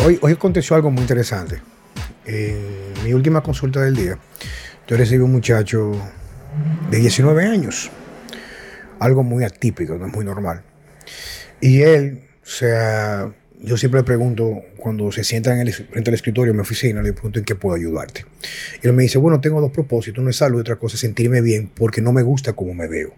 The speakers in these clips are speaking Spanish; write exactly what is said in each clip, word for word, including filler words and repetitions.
hoy, hoy aconteció algo muy interesante. En mi última consulta del día, yo recibí un muchacho de diecinueve años. Algo muy atípico, no es muy normal. Y él, o sea, yo siempre le pregunto, cuando se sienta en el, frente al escritorio en mi oficina, le pregunto en qué puedo ayudarte. Y él me dice, bueno, tengo dos propósitos, uno es salud y otra cosa es sentirme bien porque no me gusta cómo me veo.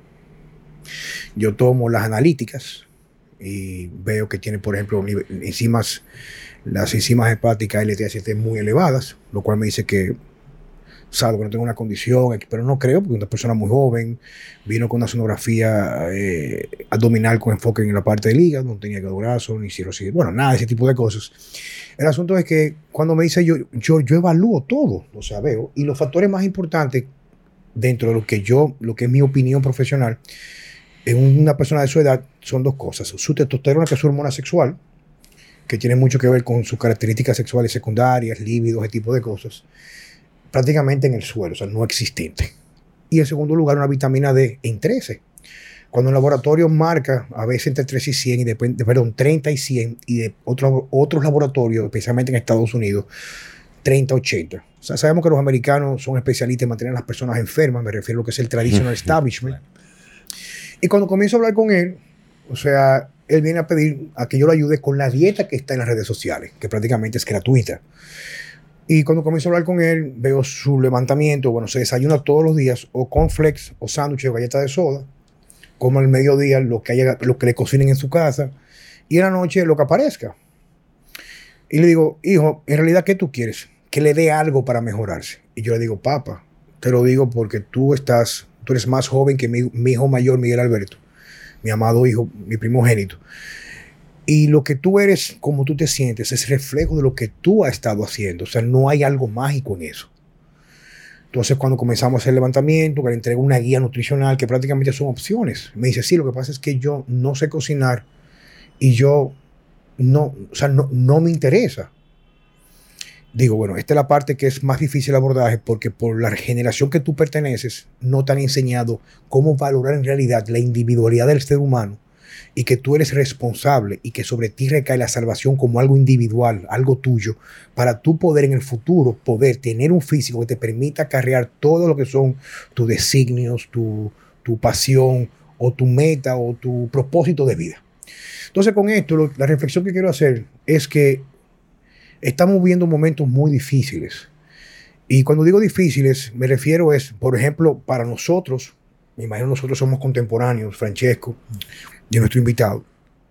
Yo tomo las analíticas y veo que tiene, por ejemplo, enzimas, las enzimas hepáticas L T H C muy elevadas, lo cual me dice que salvo que no tengo una condición, pero no creo, porque una persona muy joven vino con una sonografía eh, abdominal con enfoque en la parte del hígado, no tenía hígado graso, ni cirrosis, bueno, nada de ese tipo de cosas. El asunto es que cuando me dice yo, yo, yo evalúo todo, o sea, veo, y los factores más importantes dentro de lo que yo, lo que es mi opinión profesional, en una persona de su edad, son dos cosas. Su testosterona, que es su hormona sexual, que tiene mucho que ver con sus características sexuales secundarias, líbidos, ese tipo de cosas, prácticamente en el suelo, o sea, no existente. Y en segundo lugar, una vitamina D en trece. Cuando el laboratorio marca a veces entre tres y cien, y de, de, perdón, treinta y cien, y de otro, otros laboratorios, especialmente en Estados Unidos, treinta, ochenta. O sea, sabemos que los americanos son especialistas en mantener a las personas enfermas, me refiero a lo que es el traditional establishment. Y cuando comienzo a hablar con él, o sea, él viene a pedir a que yo lo ayude con la dieta que está en las redes sociales, que prácticamente es gratuita. Y cuando comienzo a hablar con él, veo su levantamiento, bueno, se desayuna todos los días, o cornflakes, o sándwiches, o galletas de soda, como al mediodía lo que, haya, lo que le cocinen en su casa, y en la noche lo que aparezca. Y le digo, hijo, en realidad, ¿qué tú quieres? Que le dé algo para mejorarse. Y yo le digo, papá, te lo digo porque tú estás, tú eres más joven que mi, mi hijo mayor, Miguel Alberto, mi amado hijo, mi primogénito. Y lo que tú eres, como tú te sientes, es reflejo de lo que tú has estado haciendo. O sea, no hay algo mágico en eso. Entonces, cuando comenzamos a hacer levantamiento, que le entrego una guía nutricional, que prácticamente son opciones, me dice, sí, lo que pasa es que yo no sé cocinar y yo no, o sea, no, no me interesa. Digo, bueno, esta es la parte que es más difícil de abordaje porque por la generación que tú perteneces, no te han enseñado cómo valorar en realidad la individualidad del ser humano y que tú eres responsable y que sobre ti recae la salvación como algo individual, algo tuyo, para tú poder en el futuro poder tener un físico que te permita acarrear todo lo que son tus designios, tu, tu pasión o tu meta o tu propósito de vida. Entonces, con esto, lo, la reflexión que quiero hacer es que estamos viviendo momentos muy difíciles. Y cuando digo difíciles, me refiero es, por ejemplo, para nosotros, me imagino nosotros somos contemporáneos, Francesco, de nuestro invitado,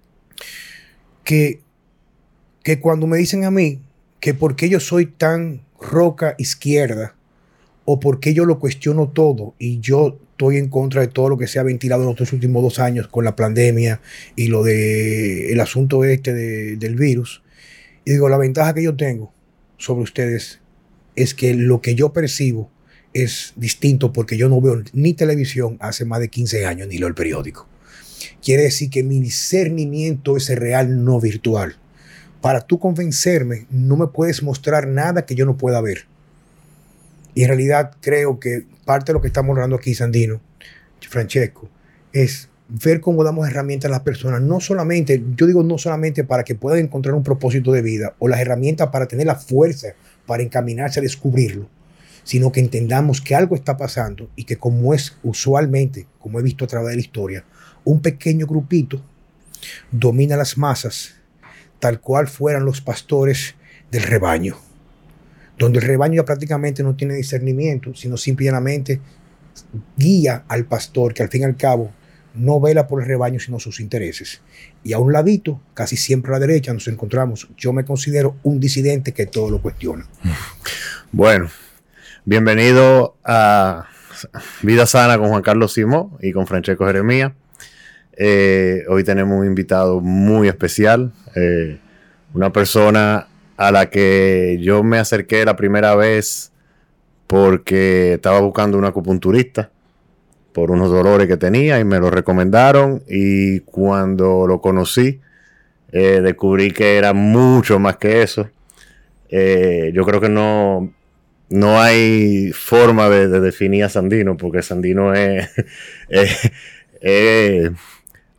que, que cuando me dicen a mí que por qué yo soy tan roca izquierda o por qué yo lo cuestiono todo y yo estoy en contra de todo lo que se ha ventilado en los últimos dos años con la pandemia y lo de el asunto este de, del virus, y digo, la ventaja que yo tengo sobre ustedes es que lo que yo percibo es distinto porque yo no veo ni televisión hace más de quince años ni leo el periódico. Quiere decir que mi discernimiento es real, no virtual. Para tú convencerme, no me puedes mostrar nada que yo no pueda ver. Y en realidad creo que parte de lo que estamos hablando aquí, Sandino, Francesco, es ver cómo damos herramientas a las personas. No solamente, yo digo no solamente para que puedan encontrar un propósito de vida o las herramientas para tener la fuerza para encaminarse a descubrirlo, sino que entendamos que algo está pasando y que como es usualmente, como he visto a través de la historia, un pequeño grupito domina las masas tal cual fueran los pastores del rebaño, donde el rebaño ya prácticamente no tiene discernimiento, sino simplemente guía al pastor que al fin y al cabo no vela por el rebaño sino sus intereses. Y a un ladito, casi siempre a la derecha, nos encontramos, yo me considero un disidente que todo lo cuestiona. Bueno, bienvenido a Vida Sana con Juan Carlos Simó y con Francesco Jeremías. Eh, hoy tenemos un invitado muy especial, eh, una persona a la que yo me acerqué la primera vez porque estaba buscando un acupunturista por unos dolores que tenía y me lo recomendaron, y cuando lo conocí eh, descubrí que era mucho más que eso. Eh, yo creo que no, no hay forma de, de definir a Sandino, porque Sandino es... es, es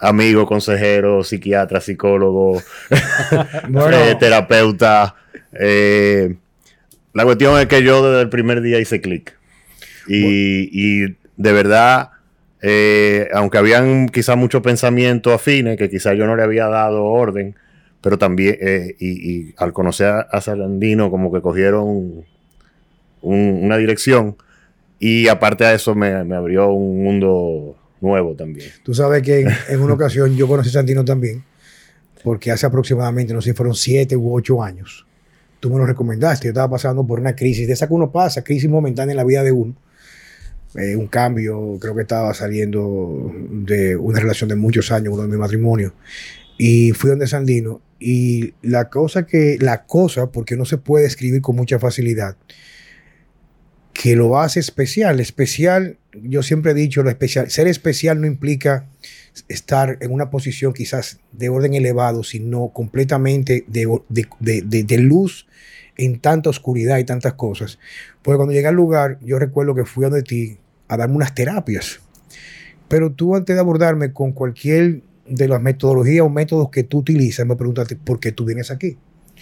amigo, consejero, psiquiatra, psicólogo, bueno. eh, terapeuta. Eh, la cuestión es que yo desde el primer día hice clic. Y, bueno. y de verdad, eh, aunque habían quizás muchos pensamientos afines, que quizás yo no le había dado orden, pero también, eh, y, y al conocer a, a Sandino, como que cogieron un, un, una dirección. Y aparte de eso, me, me abrió un mundo nuevo también. Tú sabes que en, en una ocasión yo conocí a Sandino también, porque hace aproximadamente, no sé si fueron siete u ocho años, tú me lo recomendaste. Yo estaba pasando por una crisis, de esa que uno pasa, crisis momentánea en la vida de uno. Eh, un cambio, creo que estaba saliendo de una relación de muchos años, uno de mi matrimonio. Y fui donde Sandino. Y la cosa que, la cosa, porque no se puede escribir con mucha facilidad, que lo hace especial. Especial, yo siempre he dicho, lo especial, ser especial no implica estar en una posición quizás de orden elevado, sino completamente de, de, de, de, de luz en tanta oscuridad y tantas cosas. Porque cuando llegué al lugar, yo recuerdo que fui a donde ti a darme unas terapias. Pero tú, antes de abordarme con cualquier de las metodologías o métodos que tú utilizas, me preguntaste por qué tú vienes aquí.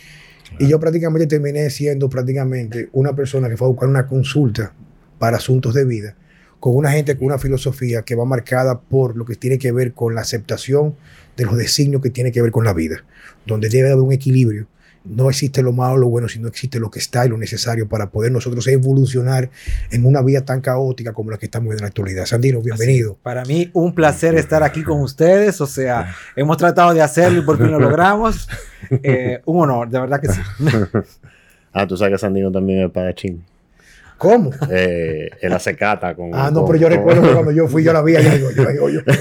Y yo prácticamente terminé siendo prácticamente una persona que fue a buscar una consulta para asuntos de vida, con una gente con una filosofía que va marcada por lo que tiene que ver con la aceptación de los designios que tiene que ver con la vida, donde debe haber un equilibrio. No existe lo malo o lo bueno, sino existe lo que está y lo necesario para poder nosotros evolucionar en una vida tan caótica como la que estamos en la actualidad. Sandino, bienvenido. Así, para mí, un placer estar aquí con ustedes. O sea, hemos tratado de hacerlo y por fin lo logramos. Eh, un honor, de verdad que sí. Ah, tú sabes que Sandino también es espadachín. ¿Cómo? Eh, él hace cata con... Ah, no, con, pero yo con, recuerdo que cuando yo fui, yo la vi, yo digo, yo, yo, yo,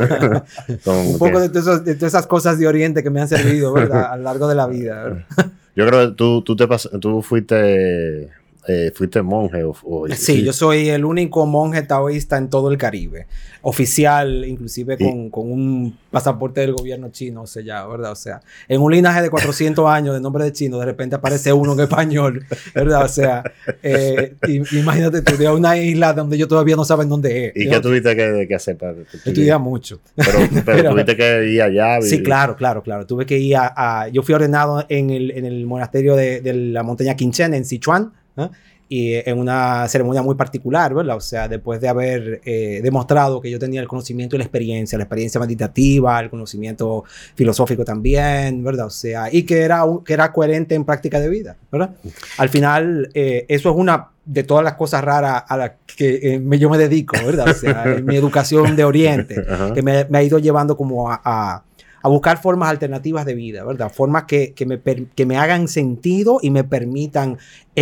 yo con, un poco de, esos, de todas esas cosas de Oriente que me han servido, ¿verdad? A lo largo de la vida, ¿verdad? Yo creo que tú, tú, te pas, tú fuiste, eh, fuiste monje. O, o, sí, sí, yo soy el único monje taoísta en todo el Caribe. Oficial, inclusive con, con un pasaporte del gobierno chino sellado, ¿verdad? O sea, en un linaje de cuatrocientos años de nombre de chino, de repente aparece uno en español, ¿verdad? O sea, eh, imagínate tú, de una isla donde yo todavía no saben dónde es. ¿Y qué tuviste que, que hacer para estudiar mucho. Pero, pero, pero tuviste que ir allá. Vivir. Sí, claro, claro, claro. Tuve que ir a... a yo fui ordenado en el, en el monasterio de, de la montaña Qinchen, en Sichuan, ¿eh? Y en una ceremonia muy particular, ¿verdad? O sea, después de haber eh, demostrado que yo tenía el conocimiento y la experiencia, la experiencia meditativa, el conocimiento filosófico también, ¿verdad? O sea, y que era, un, que era coherente en práctica de vida, ¿verdad? Al final, eh, eso es una de todas las cosas raras a las que eh, me, yo me dedico, ¿verdad? O sea, en mi educación de Oriente, uh-huh. que me, me ha ido llevando como a... a a buscar formas alternativas de vida, ¿verdad? Formas que, que, me, per, que me hagan sentido y me permitan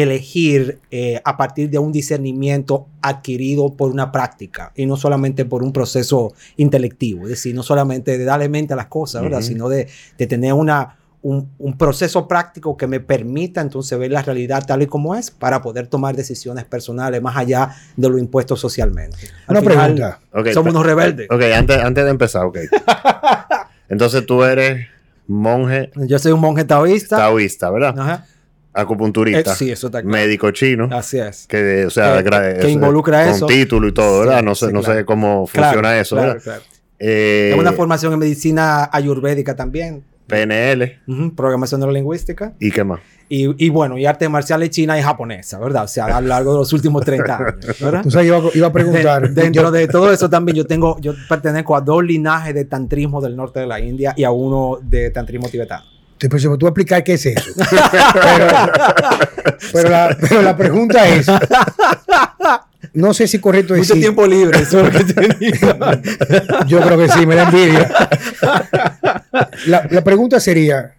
elegir eh, a partir de un discernimiento adquirido por una práctica y no solamente por un proceso intelectivo. Es decir, no solamente de darle mente a las cosas, ¿verdad? Uh-huh. Sino de, de tener una, un, un proceso práctico que me permita entonces ver la realidad tal y como es para poder tomar decisiones personales más allá de lo impuesto socialmente. Al una final, pregunta. Okay, somos unos rebeldes. Ok, antes, antes de empezar, ok. Entonces tú eres monje. Yo soy un monje taoísta. Taoísta, ¿verdad? Ajá. Acupunturista. Eh, sí, eso está claro. Médico chino. Así es. Que, o sea, que, gra- que es, involucra con eso. Con título y todo, ¿verdad? Sí, no sé, sí, no claro. sé cómo claro, funciona eso, claro, ¿verdad? Claro. Eh, es una formación en medicina ayurvédica también. P N L. Uh-huh, programación neurolingüística. ¿Y qué más? Y, y bueno, y artes marciales china y japonesa, ¿verdad? O sea, a lo largo de los últimos treinta años, ¿verdad? O sea, iba, iba a preguntar. De, dentro yo, de todo eso también yo tengo, yo pertenezco a dos linajes de tantrismo del norte de la India y a uno de tantrismo tibetano. Te pues, tú vas a explicar qué es eso. pero, pero, la, pero la pregunta es, no sé si correcto decir. Mucho tiempo libre, eso es lo que tenía. Yo creo que sí, me da envidia. La, la pregunta sería,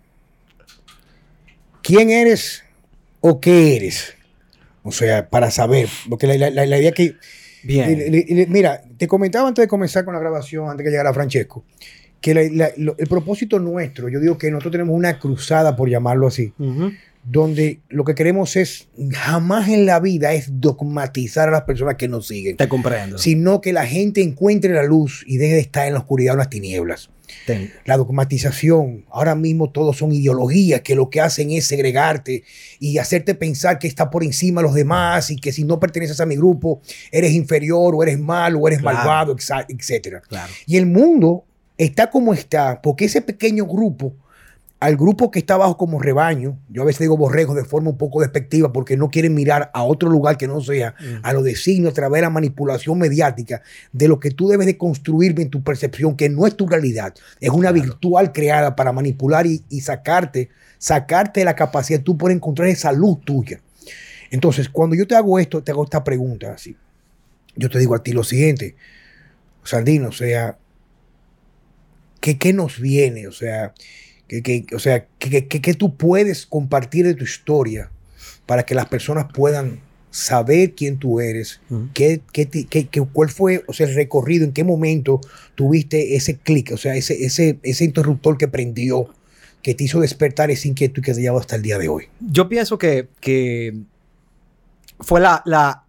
¿quién eres o qué eres? O sea, para saber, porque la, la, la idea que... Bien. Le, le, mira, te comentaba antes de comenzar con la grabación, antes que llegara Francesco, que la, la, lo, el propósito nuestro, yo digo que nosotros tenemos una cruzada, por llamarlo así, uh-huh. donde lo que queremos es, jamás en la vida es dogmatizar a las personas que nos siguen. Te comprendo. Sino que la gente encuentre la luz y deje de estar en la oscuridad o en las tinieblas. Ten. La dogmatización, ahora mismo todos son ideologías que lo que hacen es segregarte y hacerte pensar que está por encima de los demás y que si no perteneces a mi grupo eres inferior o eres malo o eres claro. malvado, etcétera. Claro. Y el mundo está como está, porque ese pequeño grupo, al grupo que está abajo como rebaño, yo a veces digo borregos de forma un poco despectiva porque no quieren mirar a otro lugar que no sea uh-huh. a los designios a través de la manipulación mediática de lo que tú debes de construir en tu percepción, que no es tu realidad, es una claro. virtual creada para manipular y, y sacarte, sacarte la capacidad de tú poder encontrar esa luz tuya. Entonces, cuando yo te hago esto, te hago esta pregunta así, yo te digo a ti lo siguiente, Sardino, o sea, ¿qué, qué nos viene? O sea, Que, que, o sea, que, que, que tú puedes compartir de tu historia para que las personas puedan saber quién tú eres, uh-huh. qué, qué, qué, qué, cuál fue o sea, el recorrido, en qué momento tuviste ese clic, o sea, ese, ese, ese interruptor que prendió, que te hizo despertar esa inquietud que te lleva hasta el día de hoy. Yo pienso que, que fue la, la,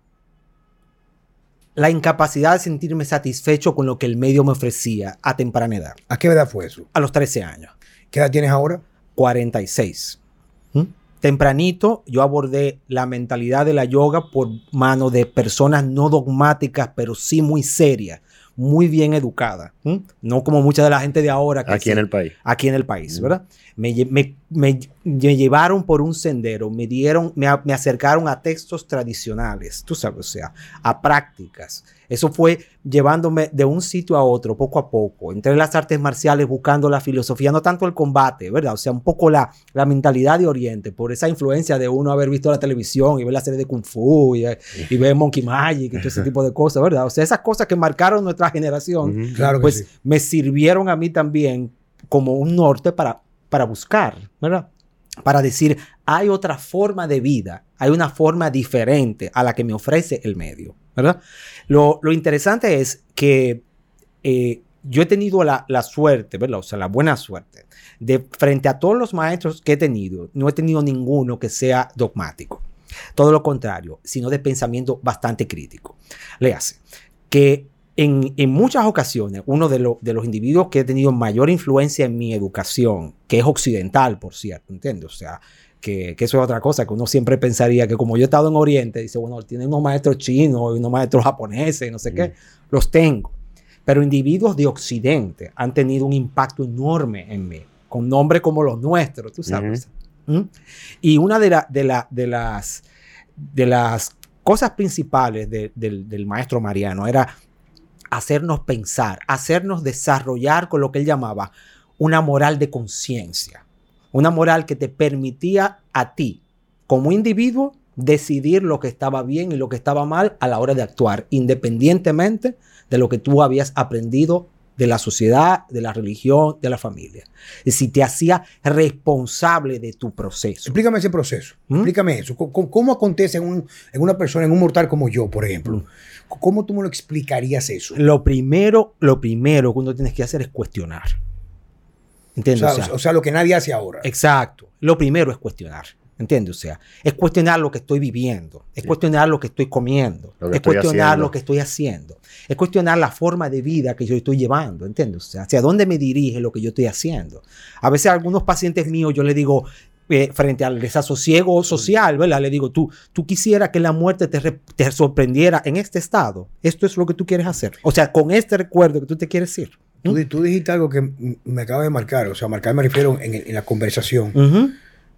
la incapacidad de sentirme satisfecho con lo que el medio me ofrecía a temprana edad. ¿A qué edad fue eso? A los trece años. ¿Qué edad tienes ahora? cuarenta y seis. ¿Mm? Tempranito yo abordé la mentalidad de la yoga por mano de personas no dogmáticas, pero sí muy serias, muy bien educadas. ¿Mm? No como mucha de la gente de ahora. Que aquí sí, en el país. Aquí en el país, ¿Mm? ¿verdad? Me, me, me, me llevaron por un sendero, me dieron, me, me acercaron a textos tradicionales, tú sabes, o sea, a prácticas. Eso fue llevándome de un sitio a otro, poco a poco, entre las artes marciales, buscando la filosofía, no tanto el combate, ¿verdad? O sea, un poco la, la mentalidad de Oriente, por esa influencia de uno haber visto la televisión y ver la serie de Kung Fu y, y ver Monkey Magic y todo ese tipo de cosas, ¿verdad? O sea, esas cosas que marcaron nuestra generación, uh-huh. claro que pues sí. me sirvieron a mí también como un norte para, para buscar, ¿verdad? Para decir, hay otra forma de vida, hay una forma diferente a la que me ofrece el medio, ¿verdad? Lo, lo interesante es que eh, yo he tenido la, la suerte, ¿verdad? O sea, la buena suerte de frente a todos los maestros que he tenido, no he tenido ninguno que sea dogmático. Todo lo contrario, sino de pensamiento bastante crítico. Léase, que en, en muchas ocasiones, uno de, lo, de los individuos que he tenido mayor influencia en mi educación, que es occidental, por cierto, ¿entiendes? O sea, Que, que eso es otra cosa, que uno siempre pensaría que como yo he estado en Oriente, dice, bueno, tiene unos maestros chinos y unos maestros japoneses y no sé mm. qué, los tengo. Pero individuos de Occidente han tenido un impacto enorme en mí, con nombres como los nuestros, tú sabes. Mm-hmm. ¿Mm? Y una de, la, de, la, de, las, de las cosas principales de, de, del maestro Mariano era hacernos pensar, hacernos desarrollar con lo que él llamaba una moral de conciencia. Una moral que te permitía a ti, como individuo, decidir lo que estaba bien y lo que estaba mal a la hora de actuar, independientemente de lo que tú habías aprendido de la sociedad, de la religión, de la familia. Es decir, te hacía responsable de tu proceso. Explícame ese proceso. ¿Mm? Explícame eso. ¿Cómo, cómo acontece en, un, en una persona, en un mortal como yo, por ejemplo? ¿Mm? ¿Cómo tú me lo explicarías eso? Lo primero, lo primero que uno tiene que hacer es cuestionar. ¿Entiendes? O sea, o, sea, o sea, lo que nadie hace ahora. Exacto. Lo primero es cuestionar. ¿Entiendes? O sea, es cuestionar lo que estoy viviendo. Es sí. cuestionar lo que estoy comiendo. Lo que es estoy cuestionar haciendo. lo que estoy haciendo. Es cuestionar la forma de vida que yo estoy llevando. ¿Entiendes? O sea, hacia dónde me dirige lo que yo estoy haciendo. A veces a algunos pacientes míos yo les digo, eh, frente al desasosiego social, ¿verdad? Le digo, tú, tú quisieras que la muerte te, re- te sorprendiera en este estado. Esto es lo que tú quieres hacer. O sea, con este recuerdo que tú te quieres ir. Tú, tú dijiste algo que me acaba de marcar, o sea, marcar me refiero en, en la conversación. Uh-huh.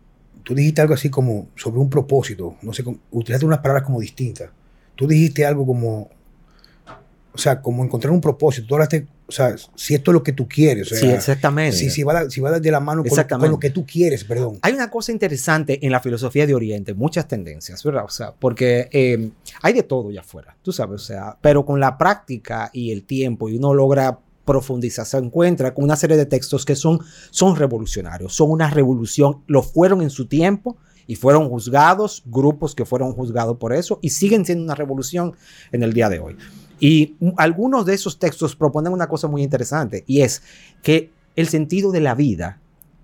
Tú dijiste algo así como sobre un propósito, no sé, utilizaste unas palabras como distintas. Tú dijiste algo como, o sea, como encontrar un propósito. Tú hablaste, o sea, si esto es lo que tú quieres. O sea, sí, exactamente. Si, si, va, si va de la mano con, con lo que tú quieres, perdón. Hay una cosa interesante en la filosofía de Oriente, muchas tendencias, ¿verdad? O sea, porque eh, hay de todo allá afuera, tú sabes, o sea, pero con la práctica y el tiempo y uno logra profundizar, se encuentra con una serie de textos que son, son revolucionarios, son una revolución, lo fueron en su tiempo y fueron juzgados, grupos que fueron juzgados por eso y siguen siendo una revolución en el día de hoy. Y algunos de esos textos proponen una cosa muy interesante y es que el sentido de la vida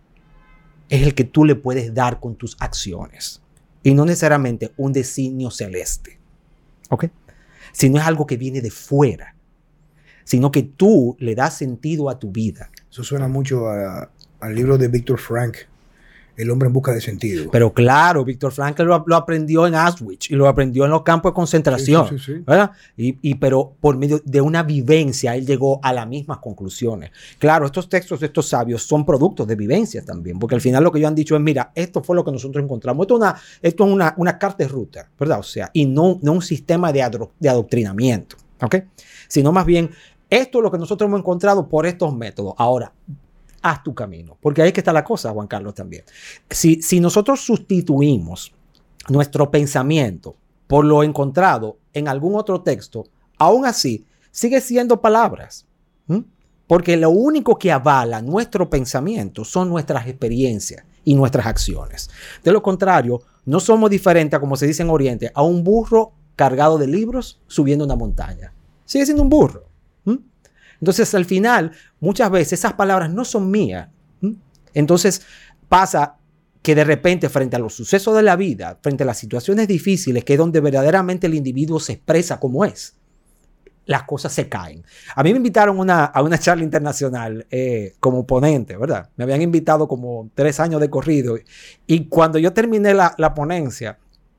es el que tú le puedes dar con tus acciones y no necesariamente un designio celeste, ¿ok? Sino es algo que viene de fuera, sino que tú le das sentido a tu vida. Eso suena mucho a, al libro de Viktor Frankl, El hombre en busca de sentido. Pero claro, Víctor Frankl lo, lo aprendió en Auschwitz y lo aprendió en los campos de concentración. Sí, sí, sí, sí. ¿Verdad? Y, y, pero por medio de una vivencia, él llegó a las mismas conclusiones. Claro, estos textos de estos sabios son productos de vivencias también, porque al final lo que ellos han dicho es, mira, esto fue lo que nosotros encontramos. Esto es una, esto es una, una carta de ruta, ¿verdad? O sea, y no, no un sistema de, adro, de adoctrinamiento, ¿ok? Sino más bien, esto es lo que nosotros hemos encontrado por estos métodos. Ahora, haz tu camino. Porque ahí es que está la cosa, Juan Carlos, también. Si, si nosotros sustituimos nuestro pensamiento por lo encontrado en algún otro texto, aún así, sigue siendo palabras. ¿Mm? Porque lo único que avala nuestro pensamiento son nuestras experiencias y nuestras acciones. De lo contrario, no somos diferentes, a, como se dice en Oriente, a un burro cargado de libros subiendo una montaña. Sigue siendo un burro. ¿Mm? Entonces, al final, muchas veces esas palabras no son mías. ¿Mm? Entonces, pasa que de repente, frente a los sucesos de la vida, frente a las situaciones difíciles, que es donde verdaderamente el individuo se expresa como es, las cosas se caen. A mí me invitaron una, a una charla internacional eh, como ponente, ¿verdad? Me habían invitado como tres años de corrido. Y cuando yo terminé la, la ponencia,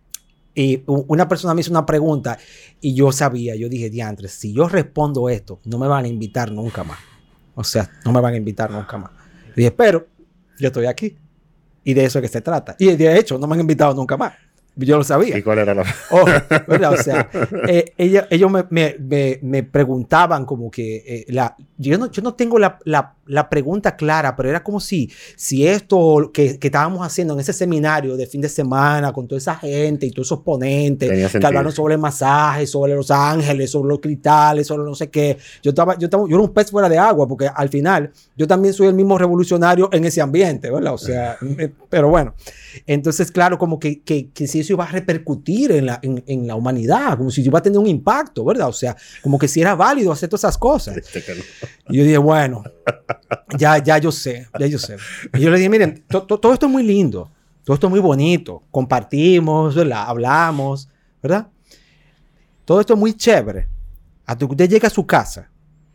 y una persona me hizo una pregunta y yo sabía, yo dije, diantres, si yo respondo esto, no me van a invitar nunca más. O sea, no me van a invitar nunca más. Y dije, pero yo estoy aquí. Y de eso es que se trata. Y de hecho, no me han invitado nunca más. Yo lo sabía. ¿Y cuál era la...? Oh, ¿verdad? O sea, eh, ella, ellos me, me, me, me preguntaban como que... Eh, la, yo, no, yo no tengo la, la, la pregunta clara, pero era como si, si esto que, que estábamos haciendo en ese seminario de fin de semana con toda esa gente y todos esos ponentes que hablaron sobre el masaje, sobre los ángeles, sobre los cristales, sobre no sé qué. Yo, estaba, yo, estaba, yo era un pez fuera de agua porque al final yo también soy el mismo revolucionario en ese ambiente, ¿verdad? O sea, pero bueno. Entonces, claro, como que, que, que si eso iba a repercutir en la, en, en la humanidad, como si iba a tener un impacto, ¿verdad? O sea, como que si era válido hacer todas esas cosas. Y yo dije, bueno, ya, ya yo sé, ya yo sé. Y yo le dije, miren, to, to, todo esto es muy lindo, todo esto es muy bonito, compartimos, ¿verdad? Hablamos, ¿verdad? Todo esto es muy chévere. Hasta que usted llegue a su casa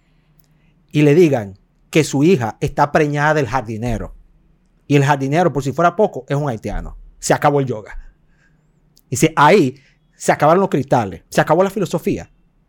y le digan que su hija está preñada del jardinero. Y el jardinero, por si fuera poco, es un haitiano. Se acabó el yoga. Y si ahí se acabaron los cristales, se acabó la filosofía.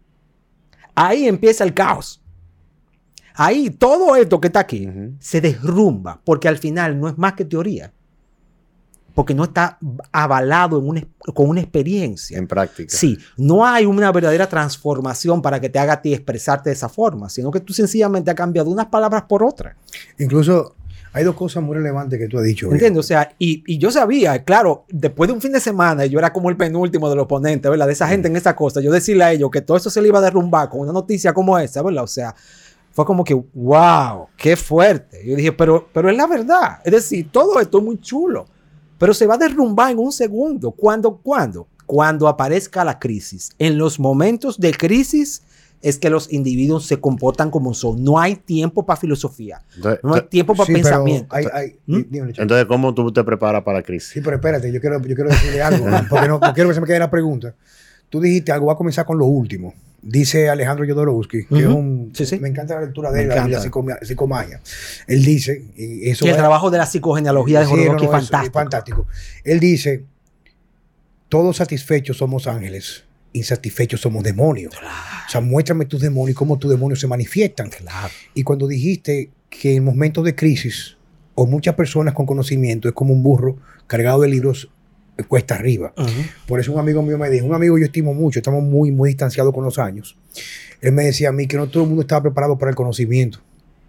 Ahí empieza el caos. Ahí todo esto que está aquí uh-huh. se derrumba, porque al final no es más que teoría. Porque no está avalado en una, con una experiencia. En práctica. Sí, no hay una verdadera transformación para que te haga a ti expresarte de esa forma, sino que tú sencillamente has cambiado unas palabras por otras. Incluso... hay dos cosas muy relevantes que tú has dicho. Entiendo, o sea, y, y yo sabía, claro, después de un fin de semana, yo era como el penúltimo de los ponentes, ¿verdad? De esa gente en esa cosa, yo decirle a ellos que todo eso se le iba a derrumbar con una noticia como esa, ¿verdad? O sea, fue como que, wow, qué fuerte. Yo dije, pero, pero es la verdad. Es decir, todo esto es muy chulo, pero se va a derrumbar en un segundo. ¿Cuándo? ¿Cuándo? Cuando aparezca la crisis. En los momentos de crisis es que los individuos se comportan como son. No hay tiempo para filosofía. Entonces, no hay tiempo para sí, pensamiento. Hay, hay, ¿Mm? dímelo, entonces, ¿cómo tú te preparas para la crisis? Sí, pero espérate, yo quiero, yo quiero decirle algo, porque no, no quiero que se me quede la pregunta. Tú dijiste algo, voy a comenzar con lo último. Dice Alejandro Jodorowsky, que uh-huh. es un... Sí, sí. Me encanta la lectura de él, la, la psicomagia. Él dice... Y eso sí, el es, trabajo de la psicogenealogía de Jodorowsky sí, no, no, es fantástico. Es fantástico. Él dice, todos satisfechos somos ángeles, insatisfechos somos demonios. Claro. O sea, muéstrame tus demonios y cómo tus demonios se manifiestan. Claro. Y cuando dijiste que en momentos de crisis, o muchas personas con conocimiento, es como un burro cargado de libros cuesta arriba. Uh-huh. Por eso un amigo mío me dijo, un amigo yo estimo mucho, estamos muy, muy distanciados con los años. Él me decía a mí que no todo el mundo estaba preparado para el conocimiento.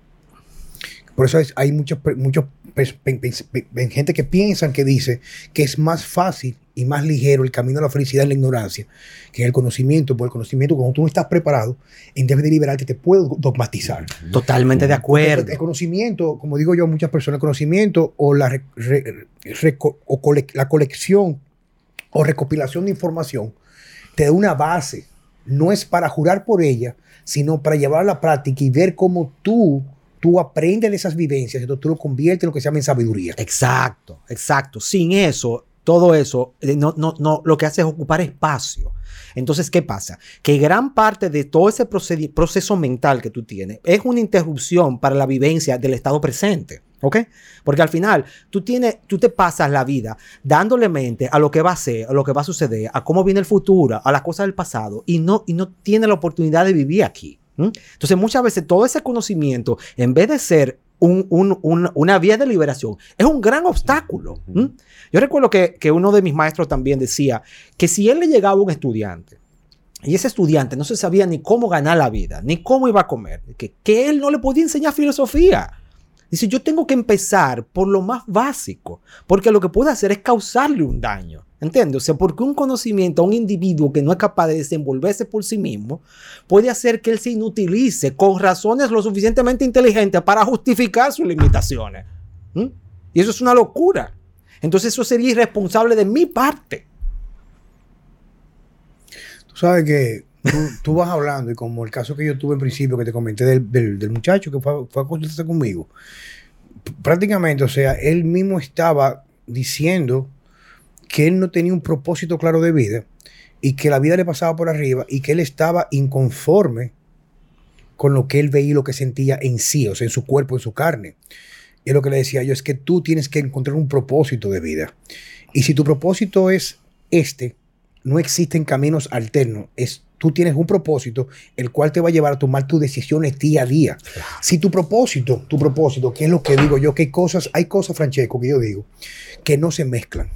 Por eso es, hay muchos, muchos gente que piensan que dice que es más fácil y más ligero el camino a la felicidad en la ignorancia que en el conocimiento. Porque el conocimiento, cuando tú no estás preparado, en vez de liberarte, te puede dogmatizar. Totalmente de acuerdo. El, el conocimiento, como digo yo a muchas personas, el conocimiento o la, re, re, re, o cole, la colección o recopilación de información te da una base. No es para jurar por ella, sino para llevar a la práctica y ver cómo tú Tú aprendes de esas vivencias, entonces tú lo conviertes en lo que se llama en sabiduría. Exacto, exacto. Sin eso, todo eso, no, no, no, lo que hace es ocupar espacio. Entonces, ¿qué pasa? Que gran parte de todo ese proceso mental que tú tienes es una interrupción para la vivencia del estado presente. ¿Ok? Porque al final tú, tienes, tú te pasas la vida dándole mente a lo que va a ser, a lo que va a suceder, a cómo viene el futuro, a las cosas del pasado y no, y no tienes la oportunidad de vivir aquí. ¿Mm? Entonces muchas veces todo ese conocimiento, en vez de ser un, un, un, una vía de liberación, es un gran obstáculo. ¿Mm? Yo recuerdo que, que uno de mis maestros también decía que si él le llegaba a un estudiante y ese estudiante no se sabía ni cómo ganar la vida, ni cómo iba a comer, que, que él no le podía enseñar filosofía. Dice, yo tengo que empezar por lo más básico, porque lo que puedo hacer es causarle un daño. ¿Entiendes? O sea, porque un conocimiento a un individuo que no es capaz de desenvolverse por sí mismo puede hacer que él se inutilice con razones lo suficientemente inteligentes para justificar sus limitaciones. ¿Mm? Y eso es una locura. Entonces eso sería irresponsable de mi parte. Tú sabes que tú, tú vas hablando y como el caso que yo tuve en principio que te comenté del, del, del muchacho que fue, fue a consultarse conmigo, prácticamente, o sea, él mismo estaba diciendo que él no tenía un propósito claro de vida y que la vida le pasaba por arriba y que él estaba inconforme con lo que él veía y lo que sentía en sí, o sea, en su cuerpo, en su carne. Y es lo que le decía yo, es que tú tienes que encontrar un propósito de vida. Y si tu propósito es este, no existen caminos alternos. Es, tú tienes un propósito el cual te va a llevar a tomar tus decisiones día a día. Claro. Si tu propósito, tu propósito, que es lo que digo yo, que hay cosas, hay cosas, Francesco, que yo digo, que no se mezclan.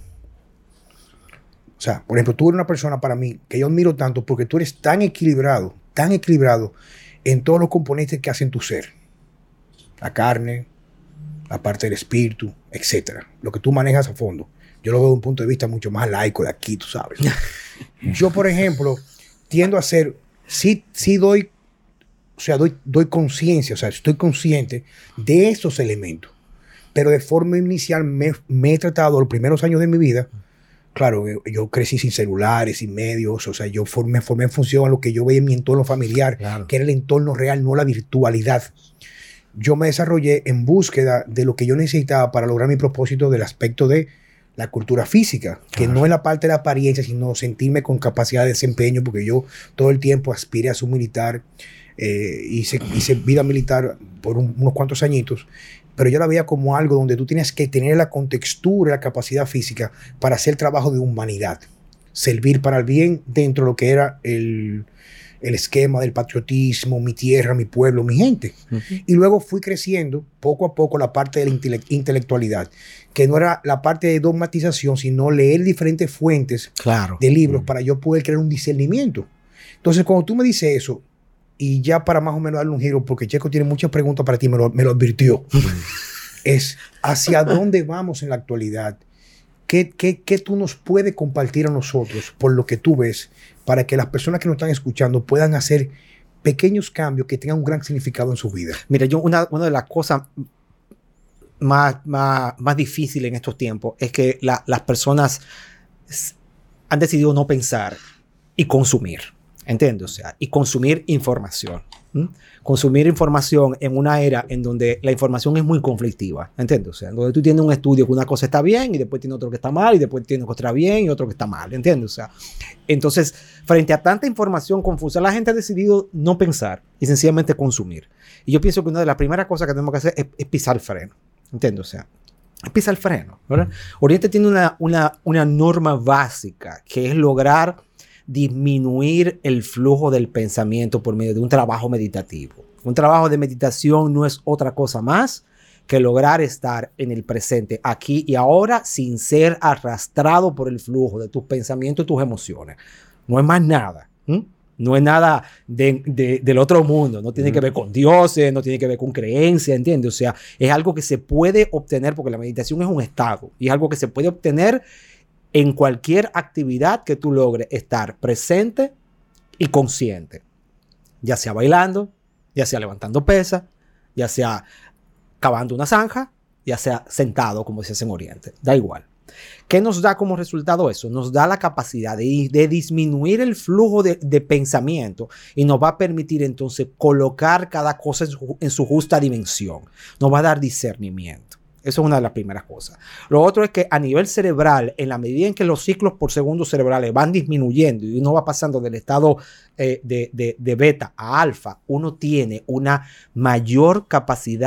O sea, por ejemplo, tú eres una persona para mí que yo admiro tanto porque tú eres tan equilibrado, tan equilibrado en todos los componentes que hacen tu ser. La carne, la parte del espíritu, etcétera. Lo que tú manejas a fondo. Yo lo veo de un punto de vista mucho más laico de aquí, tú sabes. Yo, por ejemplo, tiendo a ser, sí, sí doy, o sea, doy, doy conciencia, o sea, estoy consciente de esos elementos. Pero de forma inicial me, me he tratado los primeros años de mi vida. Claro, yo crecí sin celulares, sin medios, o sea, yo formé, me formé en función a lo que yo veía en mi entorno familiar, claro, que era el entorno real, no la virtualidad. Yo me desarrollé en búsqueda de lo que yo necesitaba para lograr mi propósito del aspecto de la cultura física, que claro, no es la parte de la apariencia, sino sentirme con capacidad de desempeño, porque yo todo el tiempo aspiré a ser un militar, eh, hice, hice vida militar por un, unos cuantos añitos, pero yo la veía como algo donde tú tienes que tener la contextura, la capacidad física para hacer trabajo de humanidad, servir para el bien dentro de lo que era el, el esquema del patriotismo, mi tierra, mi pueblo, mi gente. Uh-huh. Y luego fui creciendo poco a poco la parte de la intele- intelectualidad, que no era la parte de dogmatización, sino leer diferentes fuentes, claro, de libros, uh-huh, para yo poder crear un discernimiento. Entonces, cuando tú me dices eso, y ya para más o menos darle un giro, porque Checo tiene muchas preguntas para ti, me lo, me lo advirtió. Es hacia dónde vamos en la actualidad. ¿Qué, qué, ¿Qué tú nos puedes compartir a nosotros por lo que tú ves para que las personas que nos están escuchando puedan hacer pequeños cambios que tengan un gran significado en su vida? Mira, yo una, una de las cosas más, más, más difíciles en estos tiempos es que la, las personas han decidido no pensar y consumir. ¿Entiendes? O sea, y consumir información. ¿Mm? Consumir información en una era en donde la información es muy conflictiva. ¿Entiendes? O sea, en donde tú tienes un estudio que una cosa está bien y después tiene otro que está mal y después tiene otra bien y otro que está mal. ¿Entiendes? O sea, entonces, frente a tanta información confusa, la gente ha decidido no pensar y sencillamente consumir. Y yo pienso que una de las primeras cosas que tenemos que hacer es, es pisar el freno. ¿Entiendes? O sea, es pisar el freno, ¿verdad? Oriente tiene una, una, una norma básica que es lograr disminuir el flujo del pensamiento por medio de un trabajo meditativo. Un trabajo de meditación no es otra cosa más que lograr estar en el presente, aquí y ahora, sin ser arrastrado por el flujo de tus pensamientos y tus emociones. No es más nada. ¿Mm? No es nada de, de, del otro mundo. No tiene mm. que ver con dioses, no tiene que ver con creencias, ¿entiendes? O sea, es algo que se puede obtener, porque la meditación es un estado y es algo que se puede obtener en cualquier actividad que tú logres estar presente y consciente, ya sea bailando, ya sea levantando pesas, ya sea cavando una zanja, ya sea sentado, como se hace en Oriente, da igual. ¿Qué nos da como resultado eso? Nos da la capacidad de, de disminuir el flujo de, de pensamiento y nos va a permitir entonces colocar cada cosa en su, en su justa dimensión. Nos va a dar discernimiento. Eso es una de las primeras cosas. Lo otro es que a nivel cerebral, en la medida en que los ciclos por segundo cerebrales van disminuyendo y uno va pasando del estado eh, de, de, de beta a alfa, uno tiene una mayor capacidad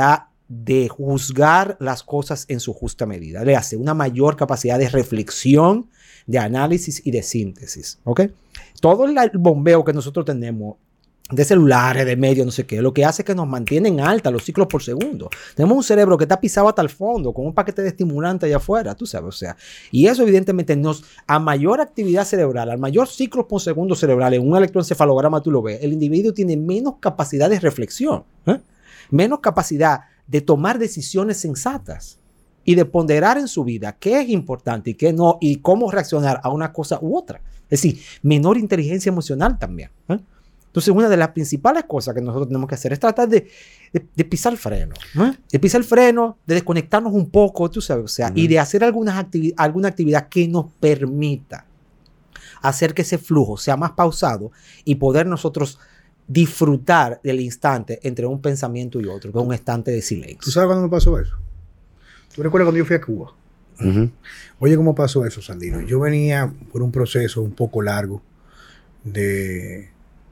de juzgar las cosas en su justa medida. Le hace una mayor capacidad de reflexión, de análisis y de síntesis. ¿Ok? Todo el bombeo que nosotros tenemos de celulares, de medios, no sé qué, lo que hace es que nos mantienen alta los ciclos por segundo. Tenemos un cerebro que está pisado hasta el fondo, con un paquete de estimulante allá afuera, tú sabes, o sea, y eso evidentemente nos, a mayor actividad cerebral, al mayor ciclos por segundo cerebral, en un electroencefalograma tú lo ves, el individuo tiene menos capacidad de reflexión, ¿eh? menos capacidad de tomar decisiones sensatas y de ponderar en su vida qué es importante y qué no, y cómo reaccionar a una cosa u otra. Es decir, menor inteligencia emocional también, ¿eh? Entonces, una de las principales cosas que nosotros tenemos que hacer es tratar de, de, de pisar el freno, ¿no? De pisar el freno, de desconectarnos un poco, tú sabes, o sea, uh-huh. y de hacer algunas activi- alguna actividad que nos permita hacer que ese flujo sea más pausado y poder nosotros disfrutar del instante entre un pensamiento y otro, que es un instante de silencio. ¿Tú sabes cuándo me pasó eso? ¿Tú recuerdas cuando yo fui a Cuba? Uh-huh. Oye, ¿cómo pasó eso, Sandino? Yo venía por un proceso un poco largo de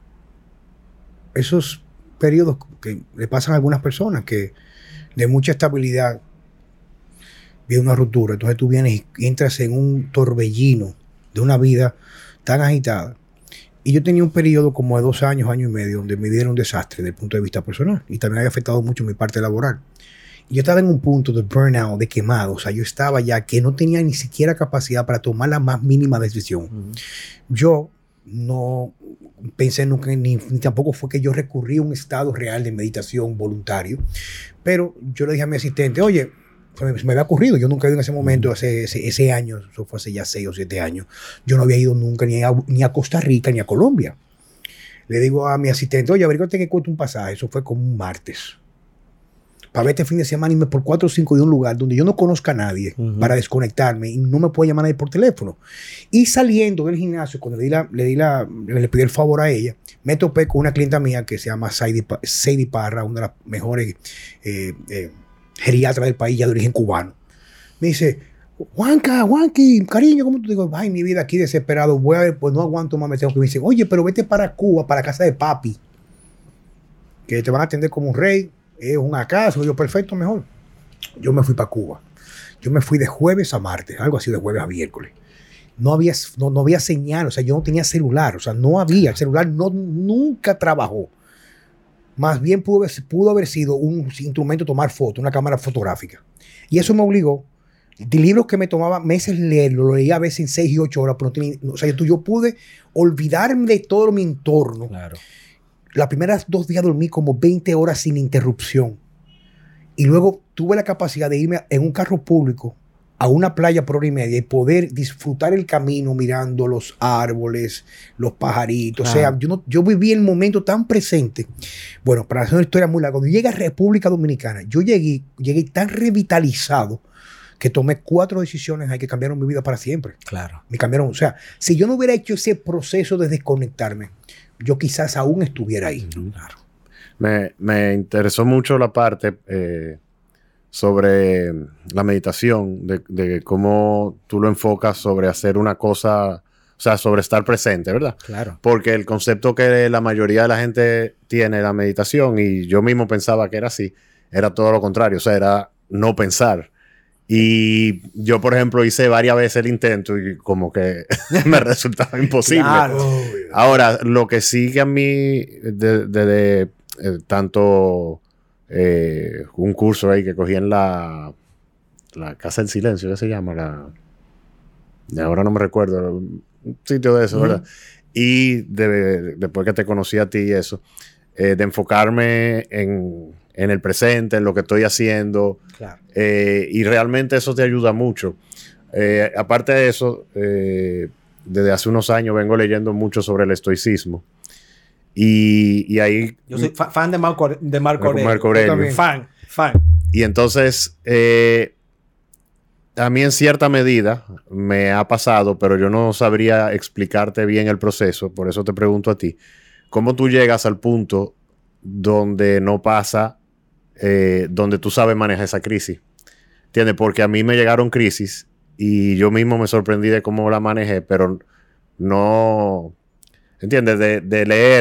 esos periodos que le pasan a algunas personas, que de mucha estabilidad viene una ruptura. Entonces tú vienes y entras en un torbellino de una vida tan agitada. Y yo tenía un periodo como de dos años, año y medio, donde mi vida era un desastre desde el punto de vista personal. Y también había afectado mucho mi parte laboral. Y yo estaba en un punto de burnout, de quemado. O sea, yo estaba ya que no tenía ni siquiera capacidad para tomar la más mínima decisión. Uh-huh. Yo no pensé nunca, ni, ni tampoco fue que yo recurrí a un estado real de meditación voluntario, pero yo le dije a mi asistente, oye, se me, se me había ocurrido, yo nunca he ido en ese momento, ese, ese, ese año, eso fue hace ya seis o siete años, yo no había ido nunca ni a, ni a Costa Rica ni a Colombia. Le digo a mi asistente, oye, averígate que cuesta un pasaje, eso fue como un martes, para ver este fin de semana irme por cuatro o cinco de un lugar donde yo no conozca a nadie, uh-huh. para desconectarme y no me puede llamar nadie por teléfono. Y saliendo del gimnasio, cuando le di la, le, di la, le pedí el favor a ella, me topé con una clienta mía que se llama Sadie, Sadie Parra, una de las mejores eh, eh, geriatras del país, ya de origen cubano. Me dice, Juanca, Juanqui, cariño, ¿cómo tú digo? Ay, mi vida aquí desesperado, voy a ver, pues no aguanto más, me tengo que me dice, oye, pero vete para Cuba, para casa de papi, que te van a atender como un rey. Es un acaso, yo perfecto, mejor. Yo me fui para Cuba. Yo me fui de jueves a martes, algo así de jueves a miércoles. No había, no, no había señal, o sea, yo no tenía celular, o sea, no había, el celular no, nunca trabajó. Más bien pudo, pudo haber sido un instrumento de tomar fotos, una cámara fotográfica. Y eso me obligó, de libros que me tomaba meses leerlo, lo leía a veces en seis y ocho horas, pero no tenía, o sea, yo, yo pude olvidarme de todo mi entorno. Claro. Las primeras dos días dormí como veinte horas sin interrupción. Y luego tuve la capacidad de irme en un carro público a una playa por hora y media y poder disfrutar el camino mirando los árboles, los pajaritos. Claro. O sea, yo, no, yo viví el momento tan presente. Bueno, para hacer una historia muy larga, cuando llegué a República Dominicana, yo llegué, llegué tan revitalizado que tomé cuatro decisiones ahí que cambiaron mi vida para siempre. Claro. Me cambiaron. O sea, si yo no hubiera hecho ese proceso de desconectarme, yo quizás aún estuviera ahí. Claro. Me, me interesó mucho la parte eh, sobre la meditación, de, de cómo tú lo enfocas sobre hacer una cosa, o sea, sobre estar presente, ¿verdad? Claro. Porque el concepto que la mayoría de la gente tiene de la meditación, y yo mismo pensaba que era así, era todo lo contrario, o sea, era no pensar. Y yo, por ejemplo, hice varias veces el intento y como que me resultaba imposible. Claro. Ahora, lo que sí que a mí, de, de, de eh, tanto eh, un curso ahí que cogí en la, la Casa del Silencio, ¿qué se llama? La, de ahora no me recuerdo, un sitio de eso, uh-huh. ¿verdad? Y de, después que te conocí a ti y eso, eh, de enfocarme en... en el presente, en lo que estoy haciendo. Claro. Eh, y realmente eso te ayuda mucho. Eh, aparte de eso, eh, desde hace unos años vengo leyendo mucho sobre el estoicismo. Y, y ahí... Yo soy fa- fan de Marco, de Marco Aurelio. Marco Aurelio. Fan, fan. Y entonces, eh, a mí en cierta medida me ha pasado, pero yo no sabría explicarte bien el proceso, por eso te pregunto a ti, ¿cómo tú llegas al punto donde no pasa, eh, donde tú sabes manejar esa crisis? ¿Entiendes? Porque a mí me llegaron crisis y yo mismo me sorprendí de cómo la manejé, pero no, ¿entiendes? De, de leer